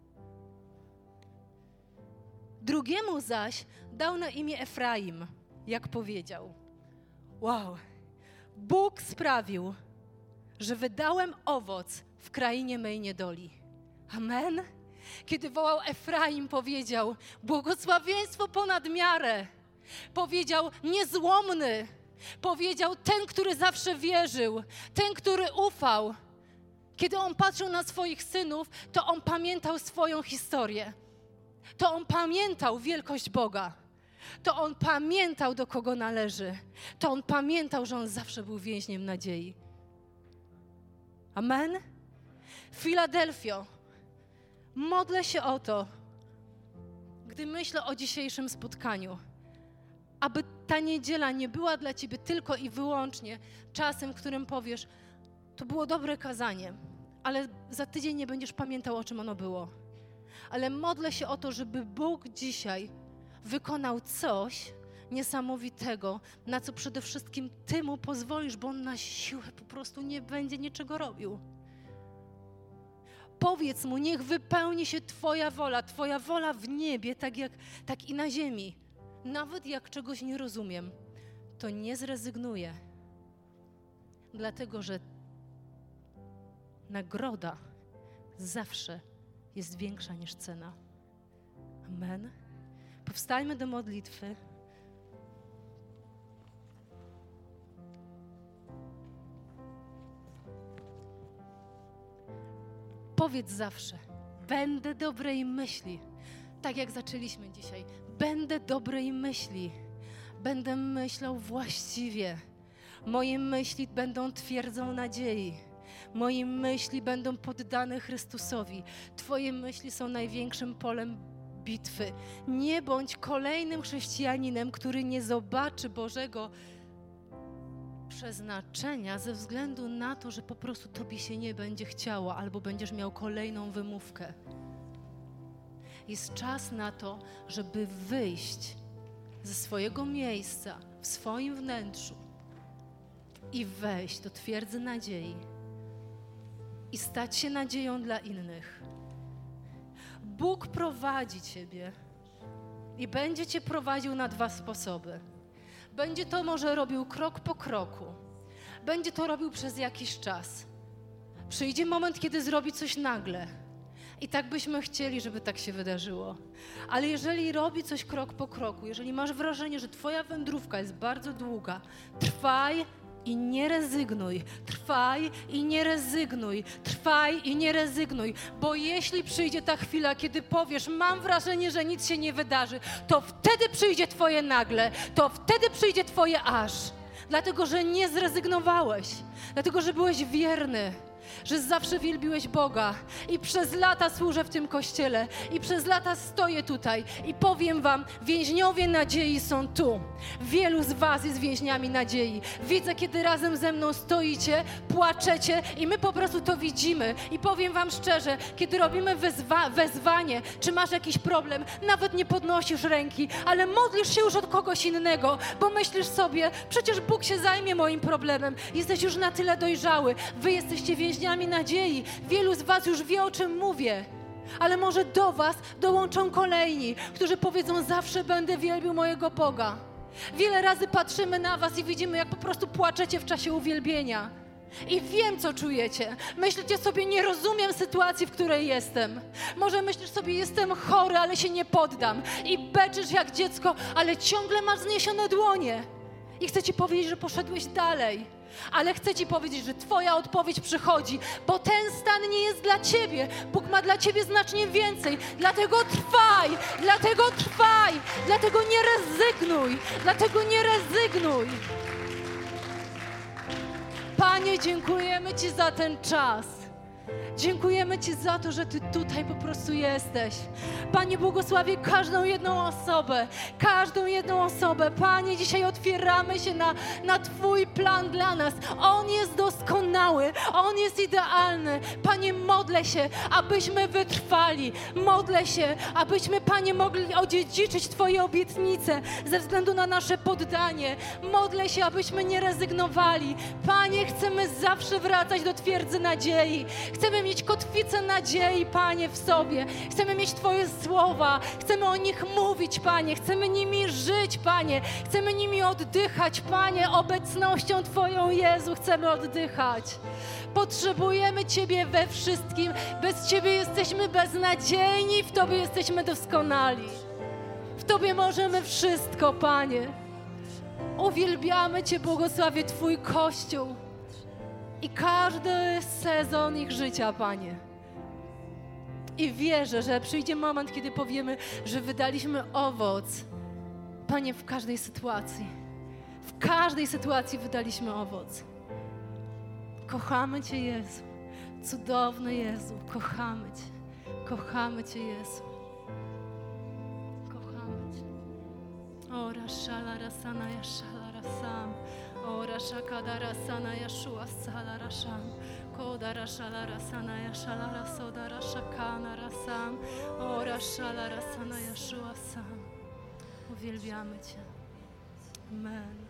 Drugiemu zaś dał na imię Efraim, jak powiedział: wow, Bóg sprawił, że wydałem owoc w krainie mej niedoli. Amen. Kiedy wołał Efraim, powiedział błogosławieństwo ponad miarę. Powiedział niezłomny. Powiedział ten, który zawsze wierzył, ten, który ufał. Kiedy on patrzył na swoich synów, to on pamiętał swoją historię. To on pamiętał wielkość Boga. To on pamiętał, do kogo należy. To on pamiętał, że on zawsze był więźniem nadziei. Amen? Filadelfio, modlę się o to, gdy myślę o dzisiejszym spotkaniu, aby ta niedziela nie była dla Ciebie tylko i wyłącznie czasem, w którym powiesz, to było dobre kazanie, ale za tydzień nie będziesz pamiętał, o czym ono było. Ale modlę się o to, żeby Bóg dzisiaj wykonał coś niesamowitego, na co przede wszystkim Ty Mu pozwolisz, bo On na siłę po prostu nie będzie niczego robił. Powiedz Mu, niech wypełni się Twoja wola, Twoja wola w niebie, tak, jak, tak i na ziemi. Nawet jak czegoś nie rozumiem, to nie zrezygnuję, dlatego że nagroda zawsze jest większa niż cena. Amen. Powstańmy do modlitwy. Powiedz zawsze, będę dobrej myśli, tak jak zaczęliśmy dzisiaj. Będę dobrej myśli, będę myślał właściwie. Moje myśli będą twierdzą nadziei. Moje myśli będą poddane Chrystusowi. Twoje myśli są największym polem bitwy. Nie bądź kolejnym chrześcijaninem, który nie zobaczy Bożego przeznaczenia ze względu na to, że po prostu Tobie się nie będzie chciało albo będziesz miał kolejną wymówkę. Jest czas na to, żeby wyjść ze swojego miejsca, w swoim wnętrzu i wejść do twierdzy nadziei i stać się nadzieją dla innych. Bóg prowadzi Ciebie i będzie Cię prowadził na dwa sposoby. Będzie to może robił krok po kroku. Będzie to robił przez jakiś czas. Przyjdzie moment, kiedy zrobi coś nagle. I tak byśmy chcieli, żeby tak się wydarzyło. Ale jeżeli robi coś krok po kroku, jeżeli masz wrażenie, że Twoja wędrówka jest bardzo długa, trwaj i nie rezygnuj. Trwaj i nie rezygnuj. Trwaj i nie rezygnuj. Bo jeśli przyjdzie ta chwila, kiedy powiesz, mam wrażenie, że nic się nie wydarzy, to wtedy przyjdzie Twoje nagle. To wtedy przyjdzie Twoje aż. Dlatego, że nie zrezygnowałeś. Dlatego, że byłeś wierny. Że zawsze wielbiłeś Boga i przez lata służę w tym kościele i przez lata stoję tutaj i powiem wam, więźniowie nadziei są tu. Wielu z was jest więźniami nadziei. Widzę, kiedy razem ze mną stoicie, płaczecie i my po prostu to widzimy. I powiem wam szczerze, kiedy robimy wezwa- wezwanie, czy masz jakiś problem, nawet nie podnosisz ręki, ale modlisz się już od kogoś innego, bo myślisz sobie, przecież Bóg się zajmie moim problemem. Jesteś już na tyle dojrzały. Wy jesteście więźniami nadziei. Wielu z was już wie, o czym mówię. Ale może do was dołączą kolejni, którzy powiedzą, zawsze będę wielbił mojego Boga. Wiele razy patrzymy na was i widzimy, jak po prostu płaczecie w czasie uwielbienia. I wiem, co czujecie. Myślicie sobie, nie rozumiem sytuacji, w której jestem. Może myślisz sobie, jestem chory, ale się nie poddam. I beczysz jak dziecko, ale ciągle masz zniesione dłonie. I chcę ci powiedzieć, że poszedłeś dalej. Ale chcę ci powiedzieć, że twoja odpowiedź przychodzi, bo ten stan nie jest dla ciebie. Bóg ma dla ciebie znacznie więcej. Dlatego trwaj, dlatego trwaj, dlatego nie rezygnuj, dlatego nie rezygnuj. Panie, dziękujemy Ci za ten czas. Dziękujemy Ci za to, że Ty tutaj po prostu jesteś. Panie, błogosławię każdą jedną osobę, każdą jedną osobę. Panie, dzisiaj otwieramy się na, na Twój plan dla nas. On jest doskonały, On jest idealny. Panie, modlę się, abyśmy wytrwali. Modlę się, abyśmy, Panie, mogli odziedziczyć Twoje obietnice ze względu na nasze poddanie. Modlę się, abyśmy nie rezygnowali. Panie, chcemy zawsze wracać do twierdzy nadziei. Chcemy mieć kotwicę nadziei, Panie, w sobie. Chcemy mieć Twoje słowa, chcemy o nich mówić, Panie. Chcemy nimi żyć, Panie. Chcemy nimi oddychać, Panie. Obecnością Twoją, Jezu, chcemy oddychać. Potrzebujemy Ciebie we wszystkim. Bez Ciebie jesteśmy beznadziejni, w Tobie jesteśmy doskonali. W Tobie możemy wszystko, Panie. Uwielbiamy Cię, błogosławię Twój Kościół i każdy sezon ich życia, Panie. I wierzę, że przyjdzie moment, kiedy powiemy, że wydaliśmy owoc, Panie, w każdej sytuacji. W każdej sytuacji wydaliśmy owoc. Kochamy Cię, Jezu. Cudowny Jezu, kochamy Cię. Kochamy Cię, Jezu. Kochamy Cię. Ora shala rasana ya shala rasam. Ora shakada rasana ya shua shala rasam. Koda rashala rasana ya shala rasoda rashakana rasam. Ora shala rasana ya shua sam. Uwielbiamy Cię. Amen.